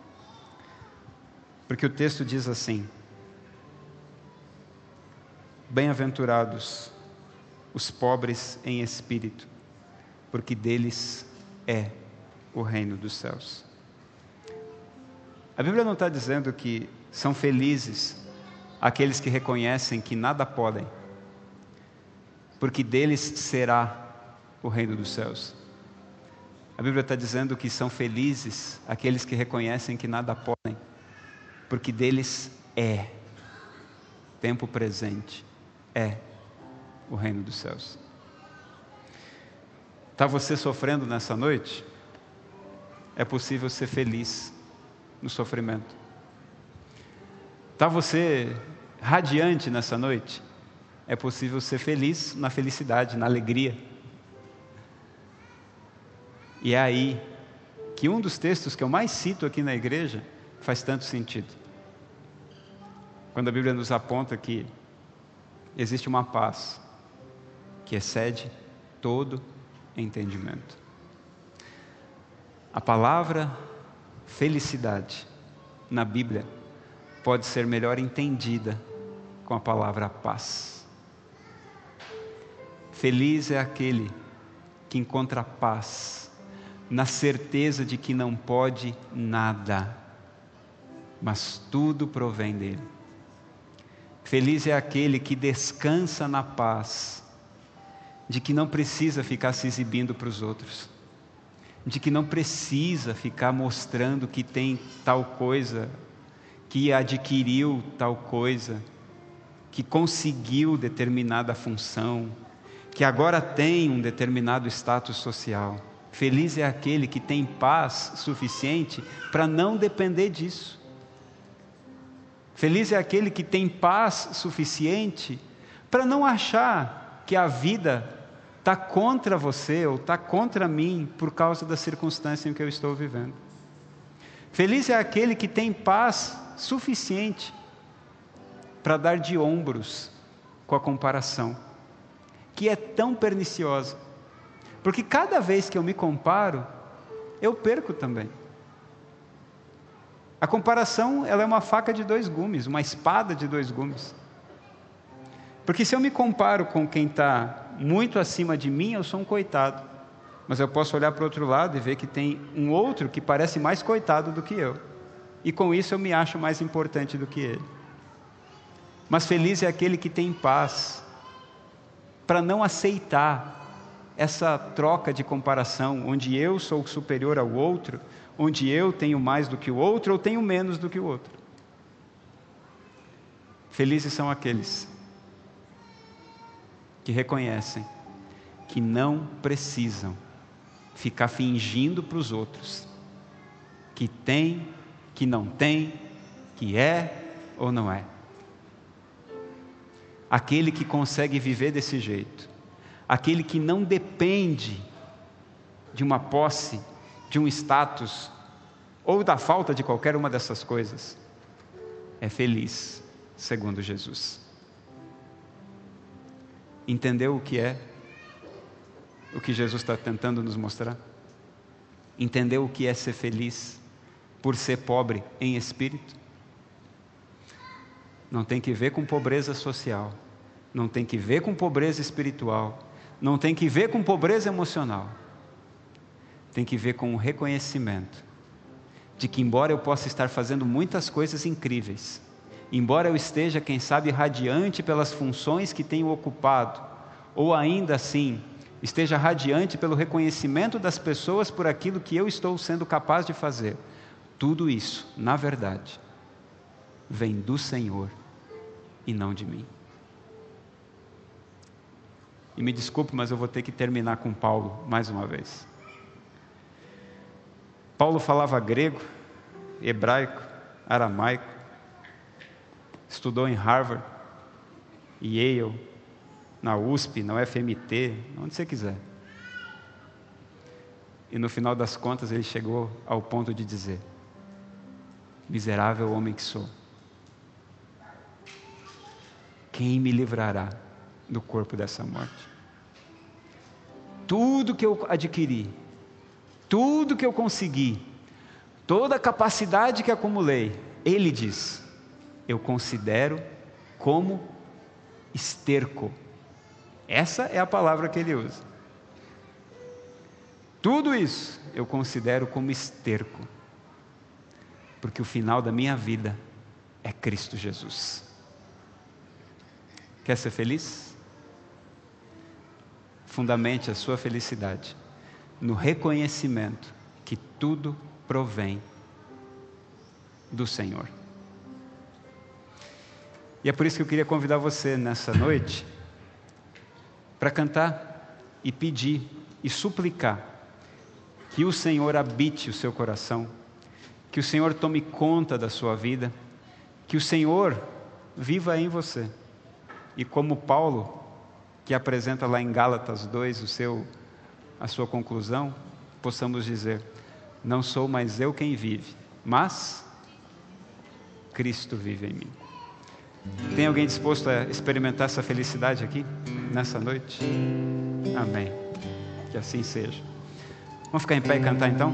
Porque o texto diz assim: bem-aventurados os pobres em espírito, porque deles é o reino dos céus. A Bíblia não está dizendo que são felizes aqueles que reconhecem que nada podem, porque deles será o reino dos céus. A Bíblia está dizendo que são felizes aqueles que reconhecem que nada podem, porque deles é, tempo presente, é o reino dos céus. Está você sofrendo nessa noite? É possível ser feliz no sofrimento? Está você radiante nessa noite? É possível ser feliz na felicidade, na alegria. E é aí que um dos textos que eu mais cito aqui na igreja faz tanto sentido. Quando a Bíblia nos aponta que existe uma paz que excede todo entendimento. A palavra felicidade na Bíblia pode ser melhor entendida com a palavra paz. Feliz é aquele que encontra paz na certeza de que não pode nada, mas tudo provém dele. Feliz é aquele que descansa na paz, de que não precisa ficar se exibindo para os outros, de que não precisa ficar mostrando que tem tal coisa, que adquiriu tal coisa, que conseguiu determinada função, que agora tem um determinado status social. Feliz é aquele que tem paz suficiente para não depender disso. Feliz é aquele que tem paz suficiente para não achar que a vida está contra você ou está contra mim por causa da circunstância em que eu estou vivendo. Feliz é aquele que tem paz suficiente para dar de ombros com a comparação, que é tão perniciosa, porque cada vez que eu me comparo, eu perco também. A comparação, ela é uma faca de dois gumes, uma espada de dois gumes. Porque se eu me comparo com quem está muito acima de mim, eu sou um coitado. Mas eu posso olhar para o outro lado e ver que tem um outro que parece mais coitado do que eu. E com isso eu me acho mais importante do que ele. Mas feliz é aquele que tem paz para não aceitar essa troca de comparação, onde eu sou superior ao outro, onde eu tenho mais do que o outro ou tenho menos do que o outro. Felizes são aqueles que reconhecem que não precisam ficar fingindo para os outros que tem, que não tem, que é ou não é. Aquele que consegue viver desse jeito, aquele que não depende de uma posse, de um status, ou da falta de qualquer uma dessas coisas, é feliz, segundo Jesus. Entendeu o que é o que Jesus está tentando nos mostrar? Entendeu o que é ser feliz por ser pobre em espírito? Não tem que ver com pobreza social, não tem que ver com pobreza espiritual, não tem que ver com pobreza emocional. Tem que ver com o reconhecimento de que, embora eu possa estar fazendo muitas coisas incríveis, embora eu esteja, quem sabe, radiante pelas funções que tenho ocupado, ou ainda assim, esteja radiante pelo reconhecimento das pessoas por aquilo que eu estou sendo capaz de fazer, tudo isso, na verdade, vem do Senhor e não de mim. E me desculpe, mas eu vou ter que terminar com Paulo mais uma vez. Paulo falava grego, hebraico, aramaico, estudou em Harvard, Yale, na U S P, na U F M T, onde você quiser. E no final das contas ele chegou ao ponto de dizer: miserável homem que sou, quem me livrará do corpo dessa morte? Tudo que eu adquiri, tudo que eu consegui, toda a capacidade que acumulei, ele diz, eu considero como esterco. Essa é a palavra que ele usa. Tudo isso eu considero como esterco, porque o final da minha vida é Cristo Jesus. Quer ser feliz? Fundamente a sua felicidade no reconhecimento que tudo provém do Senhor. E é por isso que eu queria convidar você nessa noite para cantar e pedir e suplicar que o Senhor habite o seu coração, que que o Senhor tome conta da sua vida, que o Senhor viva em você. E como Paulo, que apresenta lá em Gálatas dois o seu, a sua conclusão, possamos dizer: não sou mais eu quem vive, mas Cristo vive em mim. Tem alguém disposto a experimentar essa felicidade aqui, nessa noite? Amém. Que assim seja. Vamos ficar em pé e cantar então?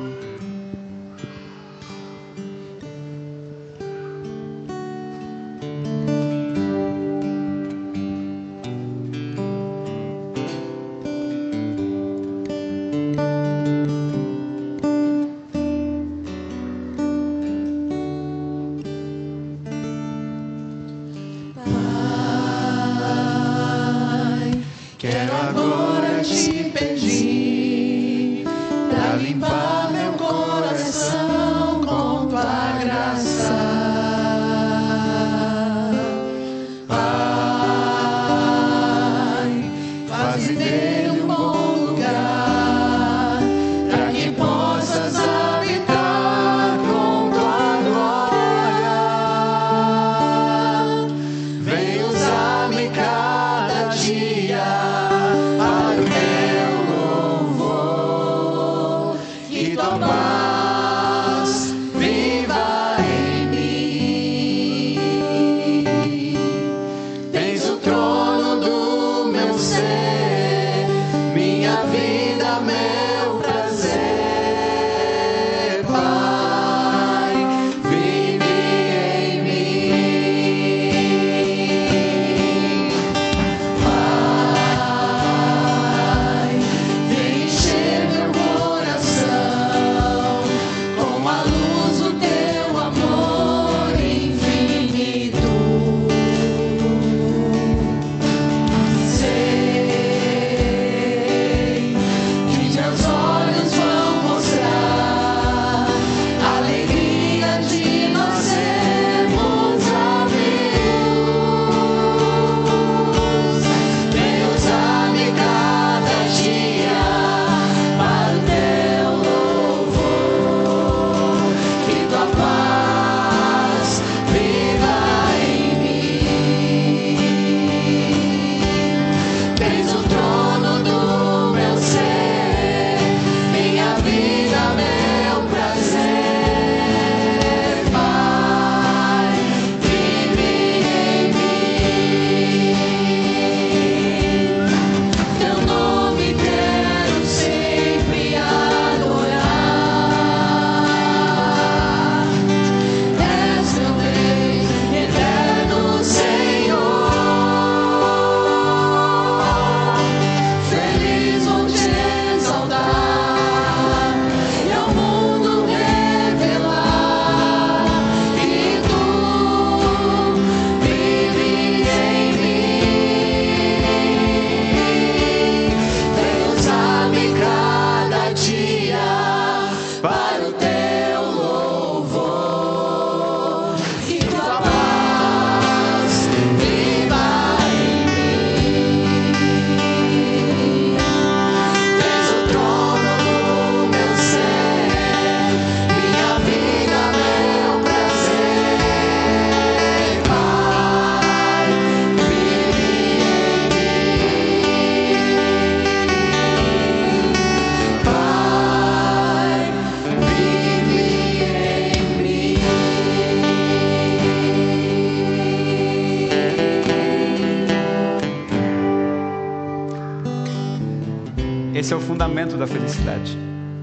Esse é o fundamento da felicidade.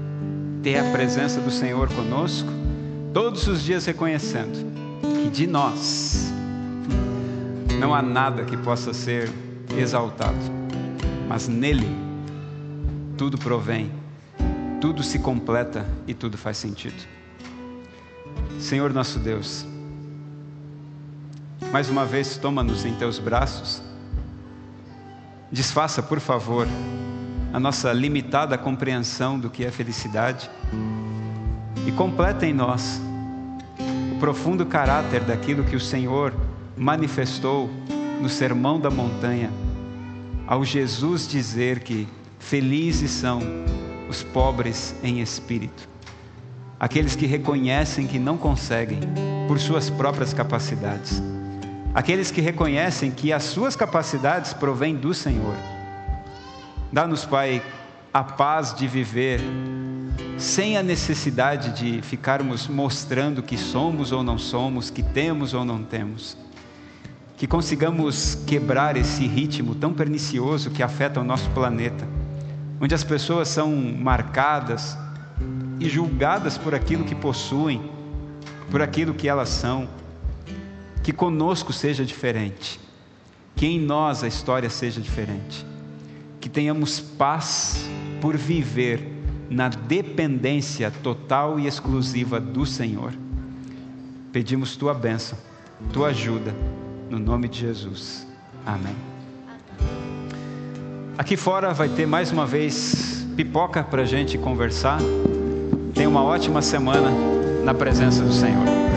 Ter a presença do Senhor conosco, todos os dias reconhecendo que de nós não há nada que possa ser exaltado, mas nele tudo provém, tudo se completa e tudo faz sentido. Senhor nosso Deus, mais uma vez toma-nos em teus braços, desfaça, por favor, a nossa limitada compreensão do que é felicidade e completa em nós o profundo caráter daquilo que o Senhor manifestou no Sermão da Montanha, ao Jesus dizer que felizes são os pobres em espírito, aqueles que reconhecem que não conseguem por suas próprias capacidades, aqueles que reconhecem que as suas capacidades provêm do Senhor. Dá-nos, Pai, a paz de viver sem a necessidade de ficarmos mostrando que somos ou não somos, que temos ou não temos. Que consigamos quebrar esse ritmo tão pernicioso que afeta o nosso planeta, onde as pessoas são marcadas e julgadas por aquilo que possuem, por aquilo que elas são. Que conosco seja diferente, que em nós a história seja diferente, que tenhamos paz por viver na dependência total e exclusiva do Senhor. Pedimos Tua bênção, Tua ajuda, no nome de Jesus. Amém. Aqui fora vai ter mais uma vez pipoca para a gente conversar. Tenha uma ótima semana na presença do Senhor.